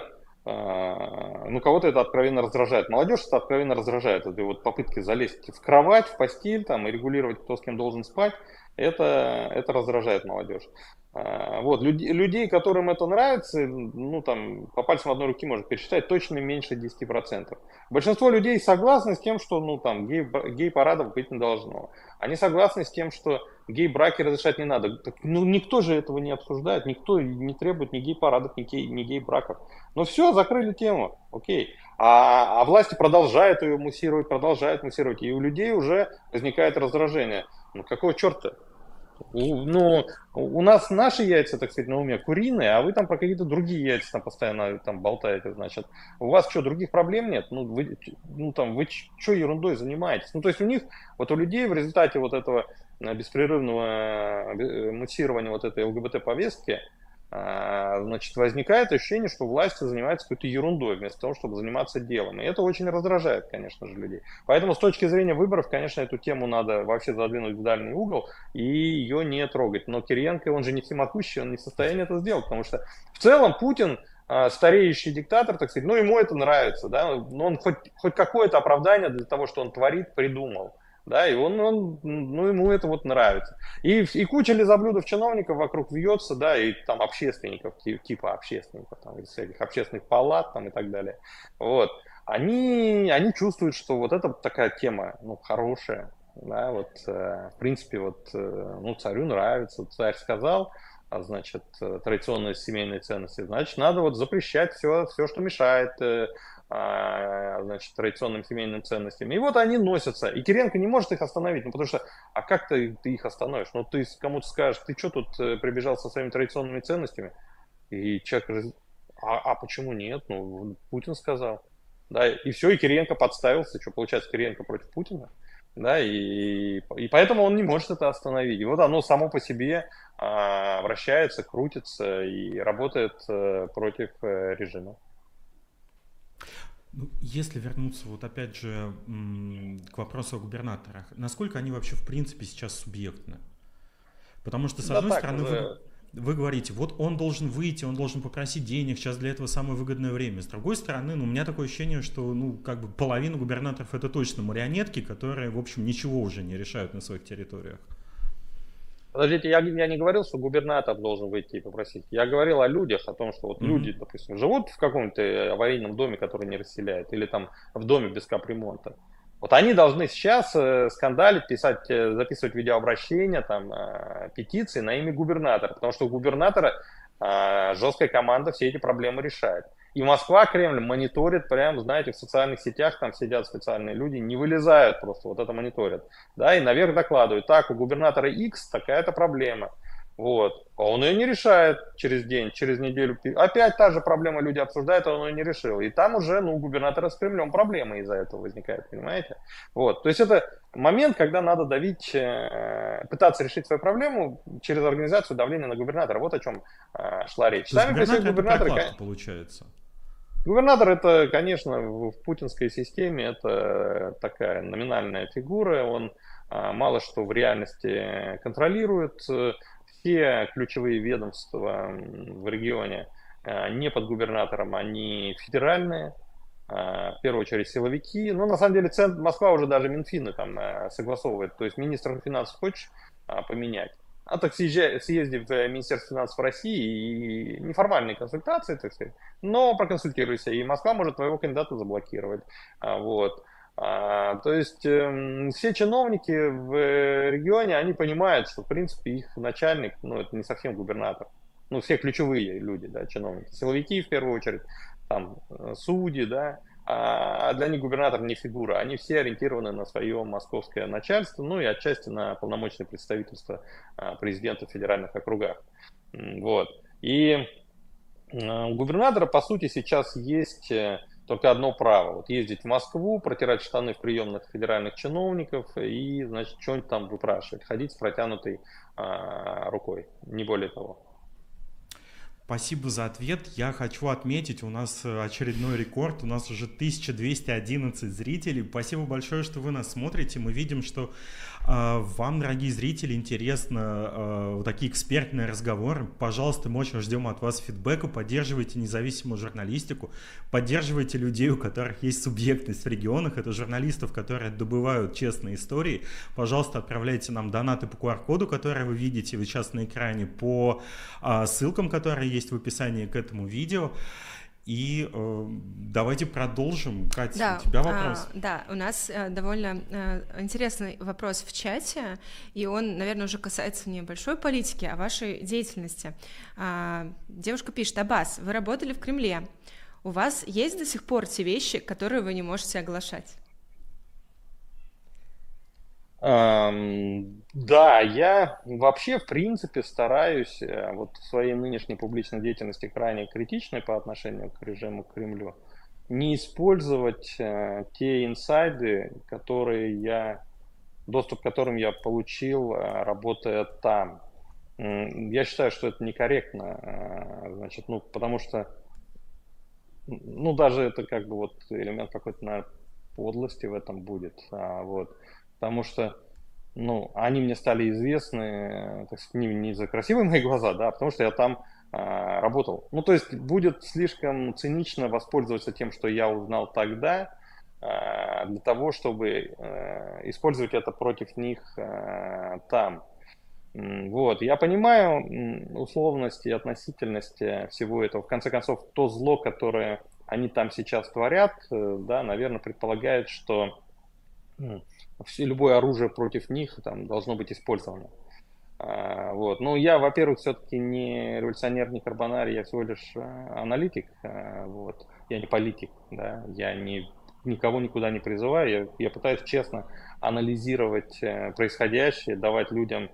ну, кого-то это откровенно раздражает. Молодежь это откровенно раздражает. Это вот попытки залезть в кровать, в постель, там, и регулировать, кто с кем должен спать, это, это раздражает молодежь. Вот. Людей, которым это нравится, ну, там, по пальцам одной руки можно пересчитать, точно меньше десять процентов. Большинство людей согласны с тем, что, ну, там, гей, гей-парадов быть не должно. Они согласны с тем, что гей-браки разрешать не надо. Так, ну, никто же этого не обсуждает, никто не требует ни гей-парадов, ни, гей, ни гей-браков. Но все, закрыли тему, окей. А, а власти продолжают ее муссировать, продолжают муссировать, и у людей уже возникает раздражение. Ну, какого черта? Ну, у нас наши яйца, так сказать, на уме куриные, а вы там про какие-то другие яйца там постоянно там болтаете, значит. У вас что, других проблем нет? Ну, вы, ну там, вы что ерундой занимаетесь? Ну, то есть у них, вот у людей в результате вот этого беспрерывного муссирования вот этой ЛГБТ-повестки, значит, возникает ощущение, что власти занимаются какой-то ерундой вместо того, чтобы заниматься делом. И это очень раздражает, конечно же, людей. Поэтому с точки зрения выборов, конечно, эту тему надо вообще задвинуть в дальний угол и ее не трогать. Но Кириенко, он же не всемогущий, он не в состоянии это сделать, потому что в целом Путин, стареющий диктатор, так сказать, ну, ему это нравится, да, но он хоть, хоть какое-то оправдание для того, что он творит, придумал. Да, и он, он, ну, ему это вот нравится. И, и куча лизоблюдов чиновников вокруг вьется, да, и там общественников, типа общественников, там, из всяких общественных палат там, и так далее. Вот. Они, они чувствуют, что вот это такая тема, ну, хорошая, да, вот, э, в принципе, вот, э, ну, царю нравится, царь сказал, а значит, традиционные семейные ценности, значит, надо вот запрещать все, все что мешает э, а, значит, традиционным семейным ценностям. И вот они носятся. И Кириенко не может их остановить, ну потому что, а как ты, ты их остановишь? Ну ты кому-то скажешь, ты что тут прибежал со своими традиционными ценностями? И человек, а, а почему нет? Ну, Путин сказал. Да, и все, и Кириенко подставился. Что, получается, Кириенко против Путина? Да, и, и поэтому он не может это остановить. И вот оно само по себе а, вращается, крутится и работает а, против а, режима. Ну, если вернуться вот опять же к вопросу о губернаторах, насколько они вообще в принципе сейчас субъектны? Потому что, с одной да стороны, уже... вы, вы говорите, вот он должен выйти, он должен попросить денег, сейчас для этого самое выгодное время. С другой стороны, ну, у меня такое ощущение, что ну, как бы половина губернаторов это точно марионетки, которые, в общем, ничего уже не решают на своих территориях. Подождите, я, я не говорил, что губернатор должен выйти и попросить. Я говорил о людях, о том, что вот mm-hmm. люди, допустим, живут в каком-то аварийном доме, который не расселяет, или там в доме без капремонта. Вот они должны сейчас э, скандалить, писать, э, записывать видеообращения, там, э, петиции на имя губернатора, потому что у губернатора э, жесткая команда все эти проблемы решает. И Москва, Кремль мониторит, прям, знаете, в социальных сетях там сидят специальные люди, не вылезают просто, вот это мониторят. Да, и наверх докладывают, так, у губернатора X такая-то проблема. Вот. А он ее не решает через день, через неделю. Опять та же проблема люди обсуждают, а он ее не решил. И там уже, ну, у губернатора с Кремлем проблемы из-за этого возникают, понимаете? Вот. То есть это момент, когда надо давить, пытаться решить свою проблему через организацию давления на губернатора. Вот о чем шла речь. То есть губернатор это прокладка, получается? Губернатор это, конечно, в путинской системе это такая номинальная фигура, он мало что в реальности контролирует, все ключевые ведомства в регионе не под губернатором, они федеральные, в первую очередь силовики, но на самом деле центр, Москва уже даже Минфины там согласовывает, то есть министр финансов хочешь поменять? А так съезжай, съезди в Министерство финансов России и неформальные консультации, так сказать, но проконсультируйся, и Москва может твоего кандидата заблокировать. Вот. А, то есть э, все чиновники в регионе, они понимают, что в принципе их начальник, ну это не совсем губернатор, ну все ключевые люди, да, чиновники, силовики в первую очередь, там судьи, да, а для них губернатор не фигура, они все ориентированы на свое московское начальство, ну и отчасти на полномочное представительство президента в федеральных округах. Вот. И у губернатора, по сути, сейчас есть только одно право. Вот ездить в Москву, протирать штаны в приемных федеральных чиновников и, значит, что-нибудь там выпрашивать, ходить с протянутой а, рукой, не более того. Спасибо за ответ. Я хочу отметить, у нас очередной рекорд, у нас уже тысяча двести одиннадцать зрителей. Спасибо большое, что вы нас смотрите. Мы видим, что э, вам, дорогие зрители, интересно э, вот такие экспертные разговоры. Пожалуйста, мы очень ждем от вас фидбэка. Поддерживайте независимую журналистику, поддерживайте людей, у которых есть субъектность в регионах. Это журналистов, которые добывают честные истории. Пожалуйста, отправляйте нам донаты по ку ар коду, который вы видите вы сейчас на экране, по э, ссылкам, которые есть в описании к этому видео. И э, давайте продолжим. Катя, да, у тебя вопрос? А, да, у нас а, довольно а, интересный вопрос в чате, и он, наверное, уже касается не большой политики, а вашей деятельности. А, девушка пишет: Аббас, вы работали в Кремле. У вас есть до сих пор те вещи, которые вы не можете оглашать? Um, да, я вообще, в принципе, стараюсь вот в своей нынешней публичной деятельности, крайне критичной по отношению к режиму, к Кремлю, не использовать uh, те инсайды, которые я, доступ к которым я получил, uh, работая там. Um, я считаю, что это некорректно, uh, значит, ну, потому что, ну, даже это как бы вот элемент какой-то, наверное, подлости в этом будет, uh, вот. Потому что, ну, они мне стали известны, так сказать, не, не за красивые мои глаза, да, а потому что я там а, работал. Ну, то есть будет слишком цинично воспользоваться тем, что я узнал тогда, а, для того, чтобы а, использовать это против них а, там. Вот, я понимаю условность и относительность всего этого. В конце концов, то зло, которое они там сейчас творят, да, наверное, предполагает, что все, любое оружие против них там должно быть использовано. А, вот. Ну, я, во-первых, все-таки не революционер, не карбонарий, я всего лишь а, аналитик, а, вот. Я не политик, да, я не, никого никуда не призываю, я, я пытаюсь честно анализировать э, происходящее, давать людям,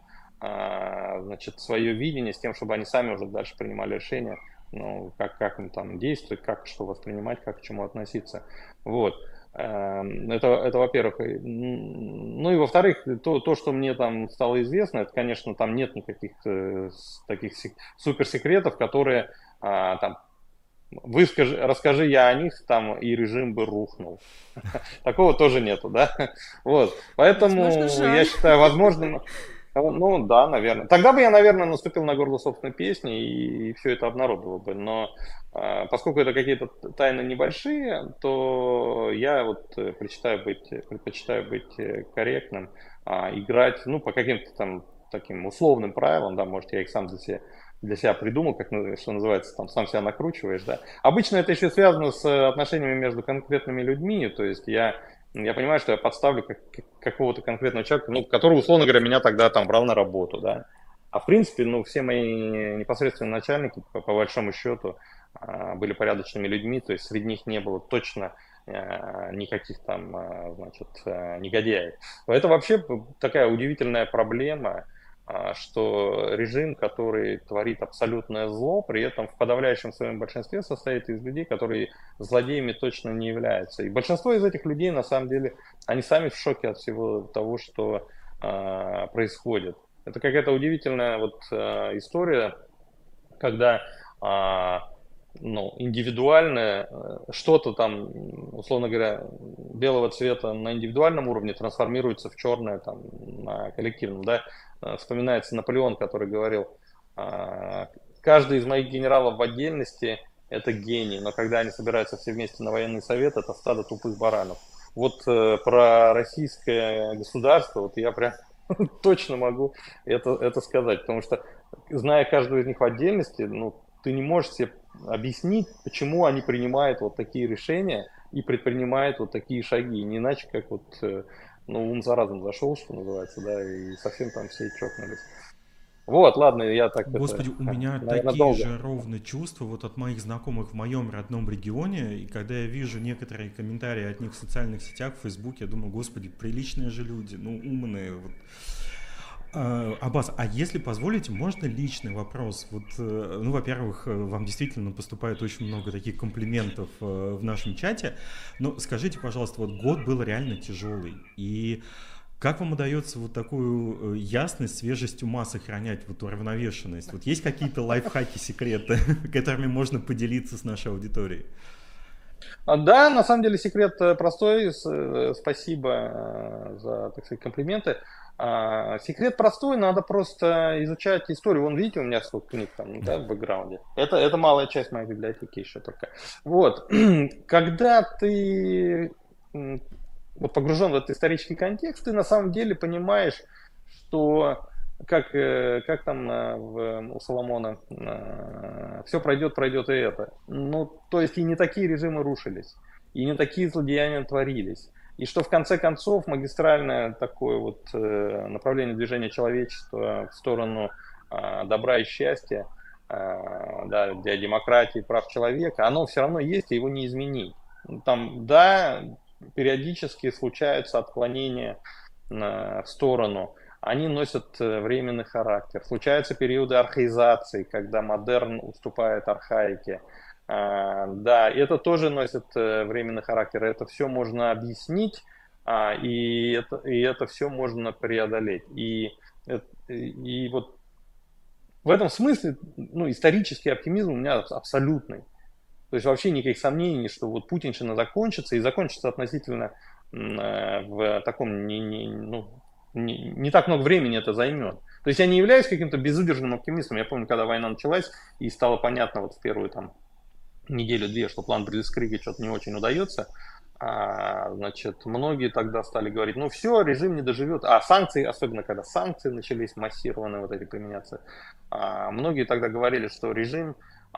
а, значит, свое видение с тем, чтобы они сами уже дальше принимали решения, ну, как, как им там действовать, как что воспринимать, как к чему относиться. Вот. Эм, Это, это во-первых. И, м, Ну и во-вторых, то, то, что мне там стало известно, это, конечно, там нет никаких э, с- таких сек- суперсекретов, которые а, там выскажи, расскажи я о них, там и режим бы рухнул. Такого тоже нету, да? Вот. Возможно, Поэтому я жаль. считаю возможным, ну ну да, наверное. Тогда бы я, наверное, наступил на горло собственной песни и, и все это обнародовал бы. Но а, поскольку это какие-то тайны небольшие, то я вот э, предпочитаю быть, предпочитаю быть э, корректным, а, играть, ну, по каким-то там таким условным правилам, да, может, я их сам для себя, для себя придумал, как, на- что называется, там, сам себя накручиваешь, да. Обычно это еще связано с э, отношениями между конкретными людьми, то есть я я понимаю, что я подставлю как, как- какого-то конкретного человека, ну, который, условно говоря, меня тогда там брал на работу, да. А в принципе, ну, все мои непосредственные начальники, по, по большому счету, а, были порядочными людьми, то есть среди них не было точно а, никаких там, а, значит, а, негодяев. Это вообще такая удивительная проблема, а, что режим, который творит абсолютное зло, при этом в подавляющем своем большинстве состоит из людей, которые злодеями точно не являются. И большинство из этих людей, на самом деле, они сами в шоке от всего того, что а, происходит. Это какая-то удивительная вот а, история, когда а, ну, индивидуальное, э, что-то там, условно говоря, белого цвета на индивидуальном уровне трансформируется в черное там, на коллективном. Да? Э, Вспоминается Наполеон, который говорил, а, каждый из моих генералов в отдельности это гений, но когда они собираются все вместе на военный совет, это стадо тупых баранов. Вот э, про российское государство, вот я прям точно могу это, это сказать, потому что, зная каждого из них в отдельности, ну, ты не можешь себе объяснить, почему они принимают вот такие решения и предпринимают вот такие шаги. Не иначе, как вот, э, ну, ум за разум зашел, что называется, да, и совсем там все чокнулись. Вот, ладно, я так это, Господи, у меня наверное, такие долго. же ровно чувства вот от моих знакомых в моем родном регионе, и когда я вижу некоторые комментарии от них в социальных сетях, в Фейсбуке, я думаю, господи, приличные же люди, ну, умные. Вот. А, Аббас, а если позволите, можно личный вопрос? Вот, э, ну, во-первых, э, вам действительно поступает очень много таких комплиментов э, в нашем чате, но скажите, пожалуйста, вот год был реально тяжелый, и как вам удается вот такую э, ясность, свежесть ума сохранять, вот уравновешенность? Вот есть какие-то лайфхаки, секреты, которыми можно поделиться с нашей аудиторией? А, Да, на самом деле секрет э, простой. С- э, Спасибо э, за, так сказать, комплименты. А, Секрет простой, надо просто изучать историю. Вон, видите, у меня сколько книг там, да, в бэкграунде. Это, это малая часть моей библиотеки еще только. Вот. Когда ты м, вот погружен в этот исторический контекст, ты на самом деле понимаешь, что как, э, как там э, в, у Соломона, все пройдет, пройдет и это. Ну, то есть и не такие режимы рушились, и не такие злодеяния творились. И что в конце концов магистральное такое вот э, направление движения человечества в сторону э, добра и счастья, э, да, для демократии, прав человека, оно все равно есть, и его не изменить. Там, да, периодически случаются отклонения э, в сторону, они носят э, временный характер. Случаются периоды архаизации, когда модерн уступает архаике. А, Да, и это тоже носит э, временный характер. Это все можно объяснить, а, и это, и это все можно преодолеть. И, э, и вот в этом смысле, ну, исторический оптимизм у меня абсолютный. То есть вообще никаких сомнений, что вот путинщина закончится, и закончится относительно э, в таком не, не, ну, не, не так много времени это займет. То есть я не являюсь каким-то безудержным оптимистом. Я помню, когда война началась, и стало понятно вот в первую там неделю-две, что план Блицкрига что-то не очень удается, а, значит, многие тогда стали говорить, ну все, режим не доживет. А санкции, особенно когда санкции начались массированно вот эти применяться, а, многие тогда говорили, что режим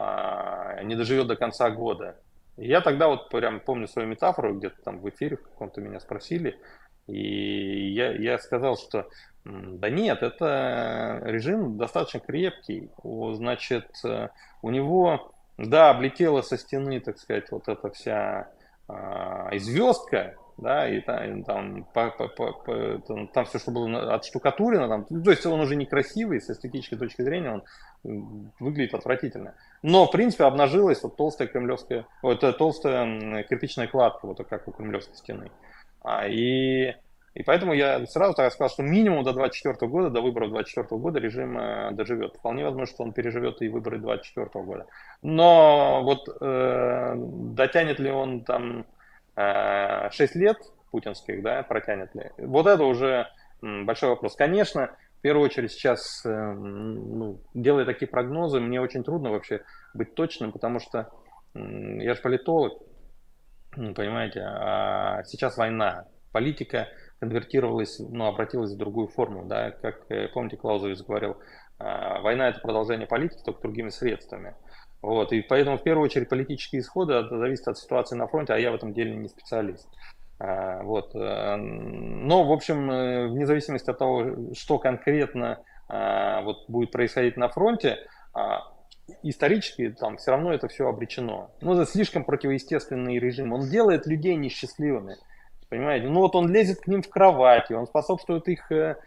а, не доживет до конца года. И я тогда вот прям помню свою метафору, где-то там в эфире в каком-то меня спросили, и я, я сказал, что да нет, это режим достаточно крепкий. Значит, у него, да, облетела со стены, так сказать, вот эта вся а, звездка, да, и там, там, по, по, по, там, там все, что было отштукатурено, там, то есть он уже некрасивый, с эстетической точки зрения он выглядит отвратительно. Но, в принципе, обнажилась вот толстая кремлевская, вот толстая кирпичная кладка, вот как у кремлевской стены. А, и, и поэтому я сразу так сказал, что минимум до двадцать четвёртого года, до выборов двадцать четвёртого года режим э, доживет. Вполне возможно, что он переживет и выборы двадцать четвёртого года. Но вот э, дотянет ли он там э, шесть лет путинских, да, протянет ли? Вот это уже м, большой вопрос. Конечно, в первую очередь сейчас, э, ну, делая такие прогнозы, мне очень трудно вообще быть точным, потому что э, я же политолог. Понимаете, а сейчас война, политика конвертировалась, ну, обратилась в другую форму, да, как, помните, Клаузевиц говорил, война это продолжение политики, только другими средствами. Вот, и поэтому в первую очередь политические исходы зависят от ситуации на фронте, а я в этом деле не специалист. Вот. Но, в общем, вне зависимости от того, что конкретно вот будет происходить на фронте, исторически там все равно это все обречено. Ну, это слишком противоестественный режим. Он делает людей несчастливыми. Понимаете? Ну, вот он лезет к ним в кровати, он способствует их,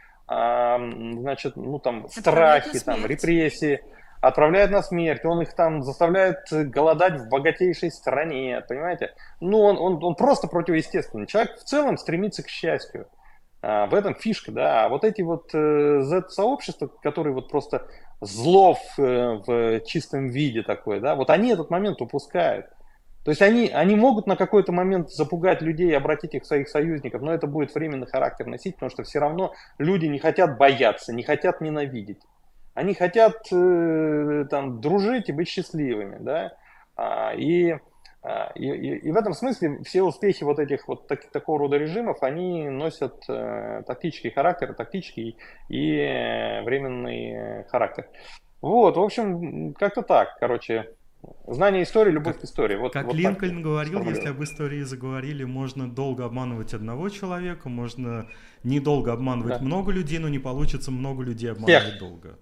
а, значит, ну, там, страхи, там, репрессии, отправляет на смерть, он их там заставляет голодать в богатейшей стране, понимаете? Ну, он, он, он просто противоестественный. Человек в целом стремится к счастью. А, в этом фишка, да. А вот эти вот э, зет-сообщества, которые вот просто зло в, в чистом виде такое, да, вот они этот момент упускают. То есть они, они могут на какой-то момент запугать людей и обратить их в своих союзников, но это будет временный характер носить, потому что все равно люди не хотят бояться, не хотят ненавидеть. Они хотят э, там, дружить и быть счастливыми, да, а, и, а, и, и в этом смысле все успехи вот этих вот так, такого рода режимов, они носят э, тактический характер, тактический и э, временный характер. Вот, в общем, как-то так, короче, знание истории, любовь как, к истории. Вот, как вот Линкольн говорил, если об истории заговорили, можно долго обманывать одного человека, можно недолго обманывать да. много людей, но не получится много людей обманывать всех. долго.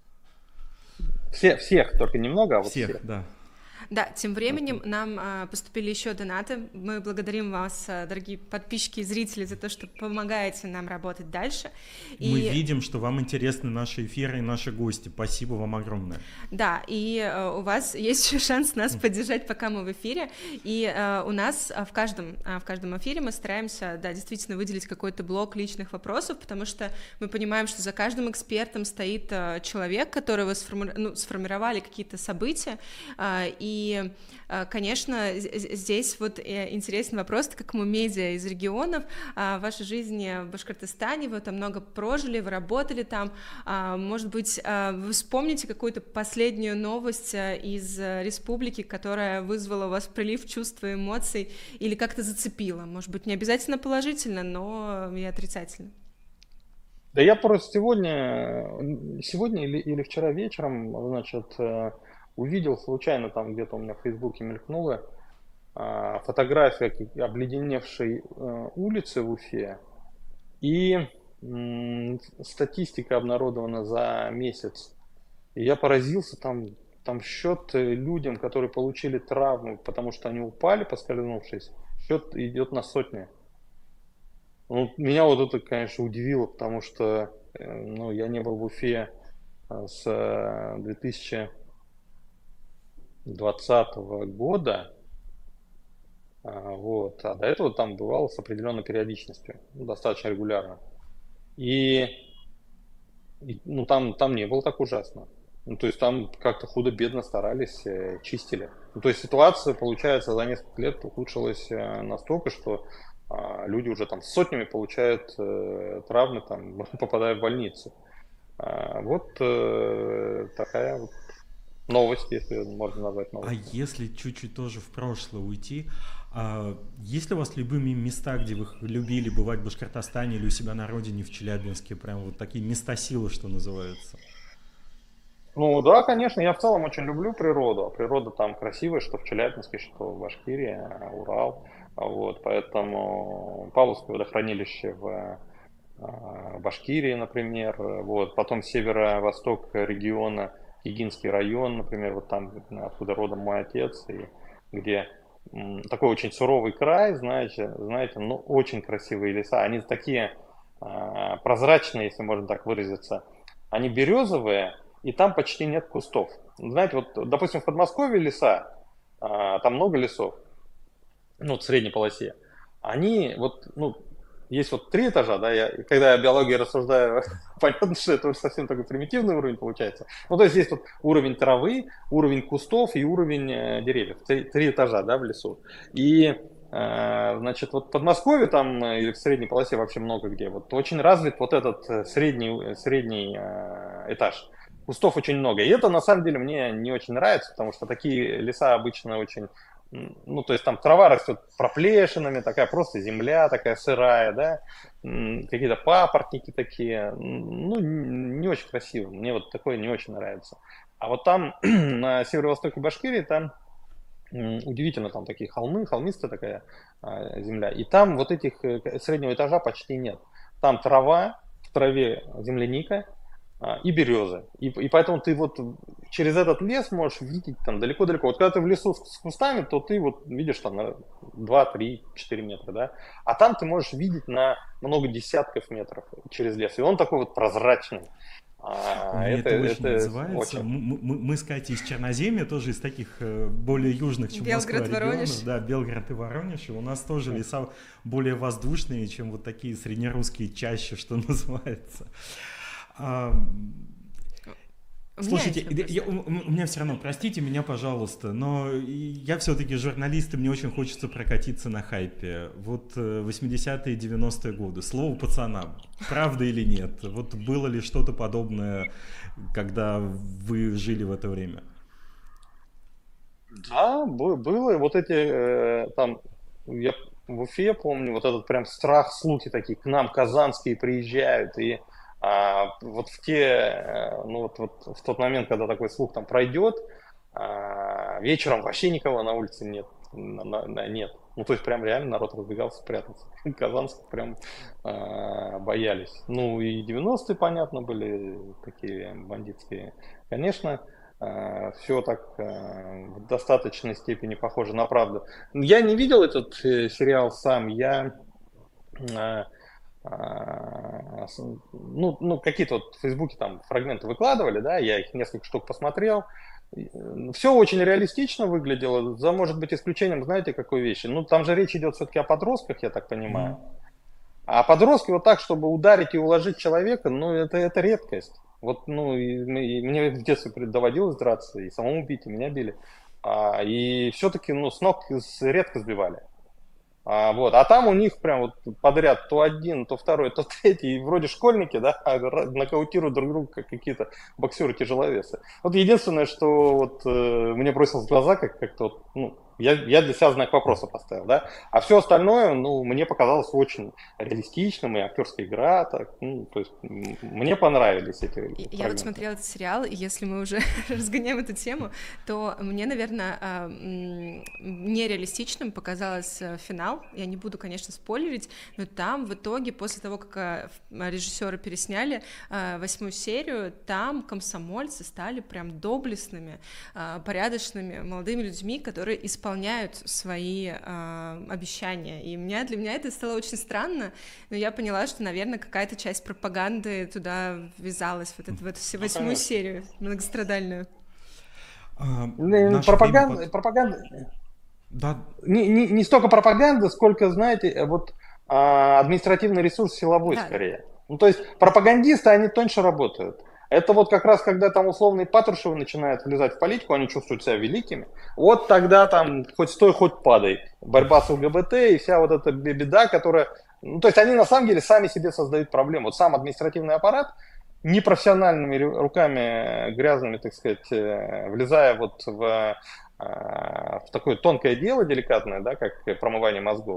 Все, всех, только немного, а вот всех. всех. Да. Да, тем временем нам а, поступили еще донаты. Мы благодарим вас, дорогие подписчики и зрители, за то, что помогаете нам работать дальше. И... Мы видим, что вам интересны наши эфиры и наши гости. Спасибо вам огромное. Да, и а, у вас есть еще шанс нас поддержать, пока мы в эфире. И а, у нас а, в, каждом, а, в каждом эфире мы стараемся, да, действительно выделить какой-то блок личных вопросов, потому что мы понимаем, что за каждым экспертом стоит а, человек, которого сформи... ну, сформировали какие-то события, а, и И, конечно, здесь вот интересный вопрос, как мы медиа из регионов, ваша жизнь в Башкортостане, вы там много прожили, вы работали там, может быть, вы вспомните какую-то последнюю новость из республики, которая вызвала у вас прилив чувств и эмоций или как-то зацепила, может быть, не обязательно положительно, но и отрицательно. Да я просто сегодня, сегодня или, или вчера вечером, значит, увидел случайно, там где-то у меня в Фейсбуке мелькнула а, фотография обледеневшей а, улицы в Уфе, и м, статистика обнародована за месяц. И я поразился, там, там счет людям, которые получили травму, потому что они упали, поскользнувшись, счет идет на сотни. Ну, меня вот это, конечно, удивило, потому что ну, я не был в Уфе с две тысячи двадцатого года, вот, а до этого там бывало с определенной периодичностью, ну, достаточно регулярно. И, и ну, там, там не было так ужасно. Ну, то есть там как-то худо-бедно старались, э, чистили. Ну, то есть ситуация, получается, за несколько лет ухудшилась э, настолько, что э, люди уже там сотнями получают э, травмы, там, попадая в больницу. А, вот э, такая вот новость, если можно назвать новостью. А если чуть-чуть тоже в прошлое уйти, а есть ли у вас любимые места, где вы любили бывать в Башкортостане или у себя на родине, в Челябинске? Прям вот такие места силы, что называется. Ну да, конечно, я в целом очень люблю природу. Природа там красивая, что в Челябинске, что в Башкирии, Урал. Вот, поэтому Павловское водохранилище в Башкирии, например, вот, потом северо-восток региона, Егинский район, например, вот там, откуда родом мой отец, и где м, такой очень суровый край, знаете, знаете, но очень красивые леса, они такие а, прозрачные, если можно так выразиться, они березовые, и там почти нет кустов. Знаете, вот, допустим, в Подмосковье леса, а, там много лесов, ну, в средней полосе, они вот, ну, есть вот три этажа, да, я, когда я о биологии рассуждаю, понятно, что это уже совсем такой примитивный уровень получается. Ну, то есть есть вот уровень травы, уровень кустов и уровень э, деревьев. Три, три этажа, да, в лесу. И, э, значит, вот в Подмосковье там э, или в средней полосе вообще много где, вот очень развит вот этот э, средний, средний э, этаж. Кустов очень много. И это, на самом деле, мне не очень нравится, потому что такие леса обычно очень... Ну, то есть там трава растет проплешинами, такая просто земля, такая сырая, да, какие-то папоротники такие, ну, не очень красиво, мне вот такое не очень нравится. А вот там, на северо-востоке Башкирии, там удивительно, там такие холмы, холмистая такая земля, и там вот этих среднего этажа почти нет. Там трава, в траве земляника, и березы. И, и поэтому ты вот через этот лес можешь видеть там далеко-далеко. Вот когда ты в лесу с, с кустами, то ты вот видишь там на два, три, четыре метра, да. А там ты можешь видеть на много десятков метров через лес. И он такой вот прозрачный. А, это, это очень это называется. Очень... Мы, мы, мы с Катей из Черноземья, тоже из таких более южных, чем Москва регионов. Воронеж. Да, Белгород и Воронеж. И у нас тоже леса более воздушные, чем вот такие среднерусские чащи, что называется. А, слушайте, я, у, у меня все равно, простите меня, пожалуйста, но я все-таки журналист, и мне очень хочется прокатиться на хайпе. Вот восьмидесятые, девяностые годы, слово пацанам, правда или нет? Вот было ли что-то подобное, когда вы жили в это время? Да, было. Вот эти, э, там, я в Уфе помню, вот этот прям страх, слухи такие, к нам казанские приезжают, и А, вот в те, ну вот, вот в тот момент, когда такой слух там пройдет, а, вечером вообще никого на улице нет, на, на, нет. Ну то есть прям реально народ разбегался прятаться. Казанцев прям а, боялись. Ну и девяностые, понятно, были такие бандитские. Конечно, а, все так а, в достаточной степени похоже на правду. Я не видел этот э, сериал сам, я... А, ну, ну какие-то вот в Фейсбуке там фрагменты выкладывали, да, я их несколько штук посмотрел. Все очень реалистично выглядело, за, может быть, исключением, знаете, какой вещи? Ну, там же речь идет все-таки о подростках, я так понимаю. А подростки вот так, чтобы ударить и уложить человека, ну, это, это редкость. Вот, ну, и, и мне в детстве доводилось драться, и самому бить, и меня били. А, и все-таки, ну, с ног редко сбивали. А, вот. А там у них прям вот подряд то один, то второй, то третий, и вроде школьники, да, нокаутируют друг друга, как какие-то боксеры-тяжеловесы. Вот единственное, что вот, э, мне бросилось в глаза, как- как-то вот, ну, я, я для себя знак вопроса поставил, да, а все остальное, ну, мне показалось очень реалистичным, и актерская игра, так, ну, то есть м, мне понравились эти Я вот фрагменты. смотрела этот сериал, и если мы уже разгоняем эту тему, то мне, наверное, а, м, нереалистичным показалось э, финал. Я не буду, конечно, спойлерить, но там в итоге, после того, как а, ф- режиссеры пересняли а, восьмую серию, там комсомольцы стали прям доблестными, а, порядочными молодыми людьми, которые исполняют свои а, обещания. И меня, для меня это стало очень странно, но я поняла, что, наверное, какая-то часть пропаганды туда ввязалась, вот эту, в эту се- Ну, восьмую конечно. серию многострадальную. А, Ну, наше время Пропаганда, под... пропаганда, Да, не, не, не столько пропаганды, сколько, знаете, э, вот а, административный ресурс силовой Да, да. скорее. Ну, то есть пропагандисты, они тоньше работают. Это вот как раз, когда там условные Патрушевы начинают влезать в политику, они чувствуют себя великими. Вот тогда там хоть стой, хоть падай. Борьба с ЛГБТ и вся вот эта бе- беда, которая... Ну, то есть они на самом деле сами себе создают проблему. Вот сам административный аппарат непрофессиональными ру- руками э, грязными, так сказать, э, влезая вот в, э, в такое тонкое дело, деликатное, да, как промывание мозгов,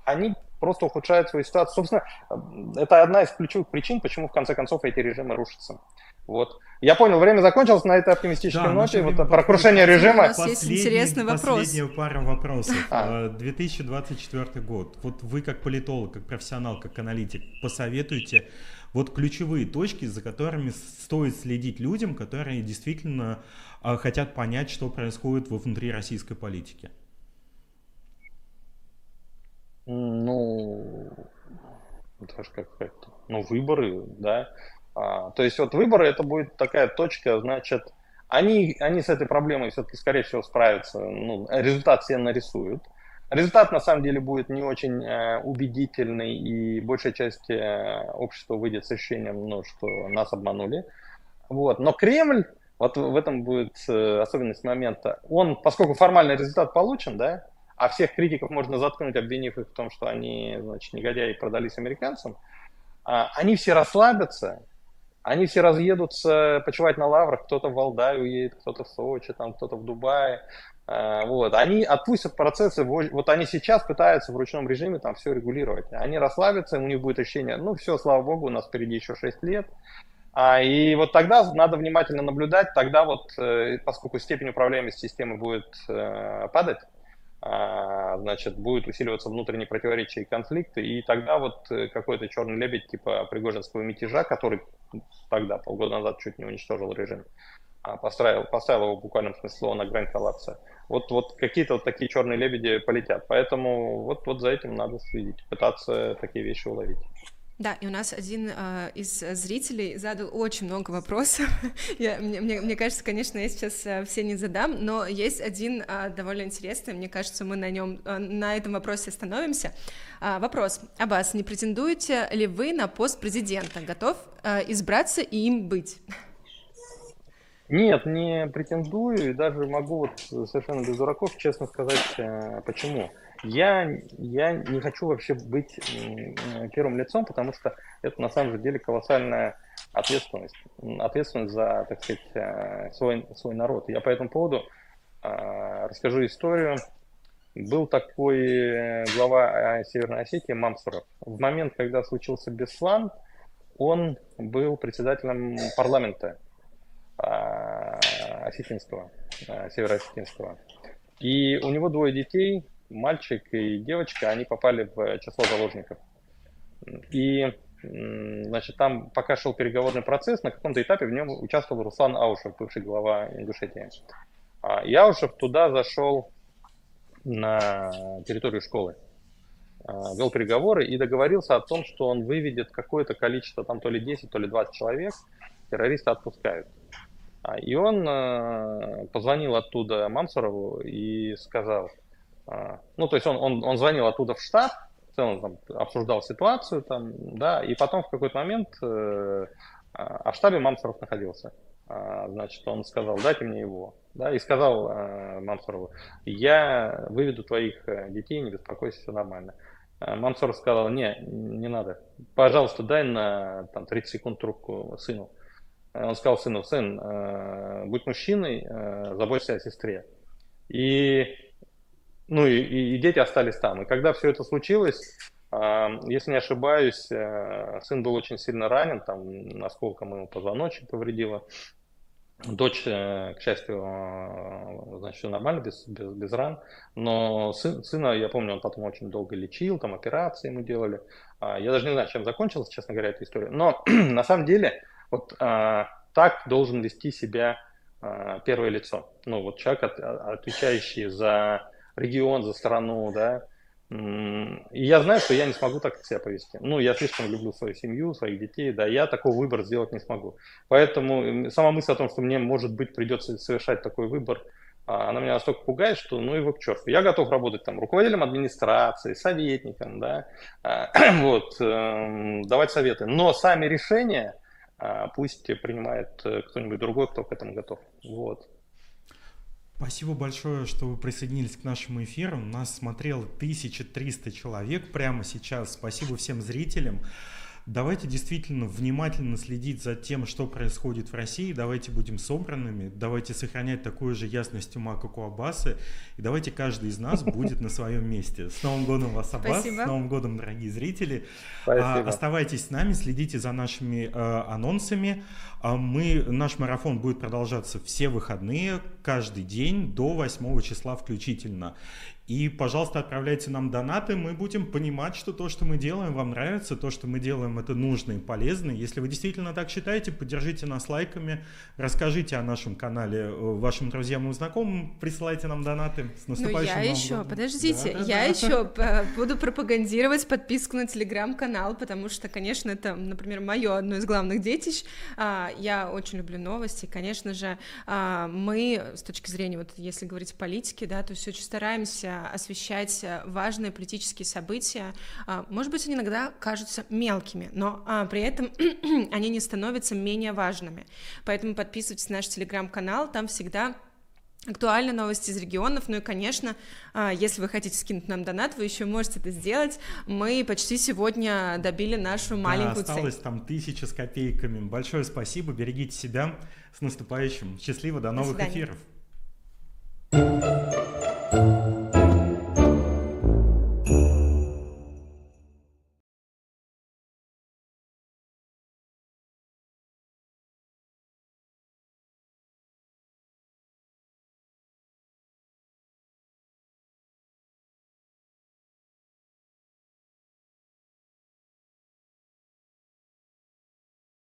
они просто ухудшают свою ситуацию. Собственно, это одна из ключевых причин, почему в конце концов эти режимы рушатся. Вот. Я понял, время закончилось на этой оптимистической Да, ноте. Вот, время про крушение У режима. нас есть интересный вопрос. Последняя пара вопросов. А. две тысячи двадцать четвёртый год. Вот вы как политолог, как профессионал, как аналитик, посоветуйте вот ключевые точки, за которыми стоит следить людям, которые действительно э, хотят понять, что происходит во внутри российской политики. Ну, даже как это, ну, выборы, да. А, то есть вот выборы это будет такая точка, значит, они, они с этой проблемой все-таки, скорее всего, справятся, ну, результат все нарисуют. Результат, на самом деле, будет не очень э, убедительный, и большая часть э, общества выйдет с ощущением, ну, что нас обманули. Вот. Но Кремль, вот в этом будет э, особенность момента, он, поскольку формальный результат получен, да, а всех критиков можно заткнуть, обвинив их в том, что они, значит, негодяи продались американцам, а, они все расслабятся, они все разъедутся почивать на лаврах, кто-то в Валдай уедет, кто-то в Сочи, там, кто-то в Дубае. А, вот. Они отпустят процессы, вот они сейчас пытаются в ручном режиме там все регулировать. Они расслабятся, у них будет ощущение, ну все, слава богу, у нас впереди еще шесть лет. А, и вот тогда надо внимательно наблюдать, тогда вот, поскольку степень управляемости системы будет э, падать, значит, будет усиливаться внутренние противоречия и конфликты, и тогда вот какой-то черный лебедь типа пригожинского мятежа, который тогда, полгода назад, чуть не уничтожил режим, поставил, поставил его в буквальном смысле на грань коллапса. Вот, вот какие-то вот такие черные лебеди полетят, поэтому вот, вот за этим надо следить, пытаться такие вещи уловить. Да, и у нас один э, из зрителей задал очень много вопросов. я, мне, мне, мне кажется, конечно, я сейчас э, все не задам, но есть один э, довольно интересный, мне кажется, мы на нем, э, на этом вопросе остановимся. Э, вопрос. Аббас, не претендуете ли вы на пост президента? Готов э, избраться и им быть? Нет, не претендую, и даже могу вот совершенно без дураков честно сказать, э, почему. Я, я не хочу вообще быть первым лицом, потому что это на самом деле колоссальная ответственность. Ответственность за, так сказать, свой, свой народ. Я по этому поводу э, расскажу историю. Был такой глава Северной Осетии Мамсуров. В момент, когда случился Беслан, он был председателем парламента э, осетинского, э, североосетинского. И у него двое детей, мальчик и девочка, они попали в число заложников. И, значит, там пока шел переговорный процесс, на каком-то этапе в нем участвовал Руслан Аушев, бывший глава Ингушетии. И Аушев туда зашел на территорию школы, вел переговоры и договорился о том, что он выведет какое-то количество, там то ли десять, то ли двадцать человек, террористы отпускают. И он позвонил оттуда Мамсурову и сказал, ну, то есть он, он, он звонил оттуда в штаб, в целом там обсуждал ситуацию, там, да, и потом в какой-то момент, э, а в штабе Мамсуров находился. А, значит, он сказал, дайте мне его, да, и сказал э, Мамсурову, я выведу твоих детей, не беспокойся, все нормально. А Мамсуров сказал, не, не надо, пожалуйста, дай на там, тридцать секунд трубку сыну. Он сказал сыну, сын, э, будь мужчиной, э, заботься о сестре. И Ну и, и, и дети остались там. И когда все это случилось, э, если не ошибаюсь, э, сын был очень сильно ранен, там осколком ему позвоночник повредило. Дочь, э, к счастью, э, значит, все нормально, без, без, без ран. Но сын, сына, я помню, он потом очень долго лечил, там операции ему делали. Э, я даже не знаю, чем закончилась, честно говоря, эта история. Но на самом деле вот э, так должен вести себя э, первое лицо. Ну вот человек, от, отвечающий за регион, за страну, да, и я знаю, что я не смогу так себя повести. Ну, я слишком люблю свою семью, своих детей, да, я такой выбор сделать не смогу. Поэтому сама мысль о том, что мне, может быть, придется совершать такой выбор, она меня настолько пугает, что ну его к черту. Я готов работать там руководителем администрации, советником, да, вот, давать советы. Но сами решения пусть принимает кто-нибудь другой, кто к этому готов. Вот. Спасибо большое, что вы присоединились к нашему эфиру. Нас смотрело тысяча триста человек прямо сейчас. Спасибо всем зрителям. Давайте действительно внимательно следить за тем, что происходит в России, давайте будем собранными, давайте сохранять такую же ясность ума, как у Аббаса, и давайте каждый из нас будет на своем месте. С Новым годом вас, Аббас! Спасибо. С Новым годом, дорогие зрители! Спасибо. Оставайтесь с нами, следите за нашими э, анонсами. Мы, наш марафон будет продолжаться все выходные, каждый день до восьмого числа включительно. И, пожалуйста, отправляйте нам донаты, мы будем понимать, что то, что мы делаем, вам нравится, то, что мы делаем, это нужно и полезно. Если вы действительно так считаете, поддержите нас лайками, расскажите о нашем канале вашим друзьям и знакомым, присылайте нам донаты. С наступающим Ну, я Новым еще, годом. подождите, Да, да, я да. еще буду пропагандировать подписку на телеграм-канал, потому что, конечно, это, например, мое одно из главных детищ. Я очень люблю новости, конечно же, мы, с точки зрения, вот если говорить о политике, да, то есть очень стараемся освещать важные политические события. Может быть, они иногда кажутся мелкими, но при этом они не становятся менее важными. Поэтому подписывайтесь на наш телеграм-канал, там всегда актуальные новости из регионов. Ну и, конечно, если вы хотите скинуть нам донат, вы еще можете это сделать. Мы почти сегодня добили нашу маленькую да, цель. осталось там тысяча с копейками. Большое спасибо, берегите себя. С наступающим. Счастливо, до новых свидания. эфиров.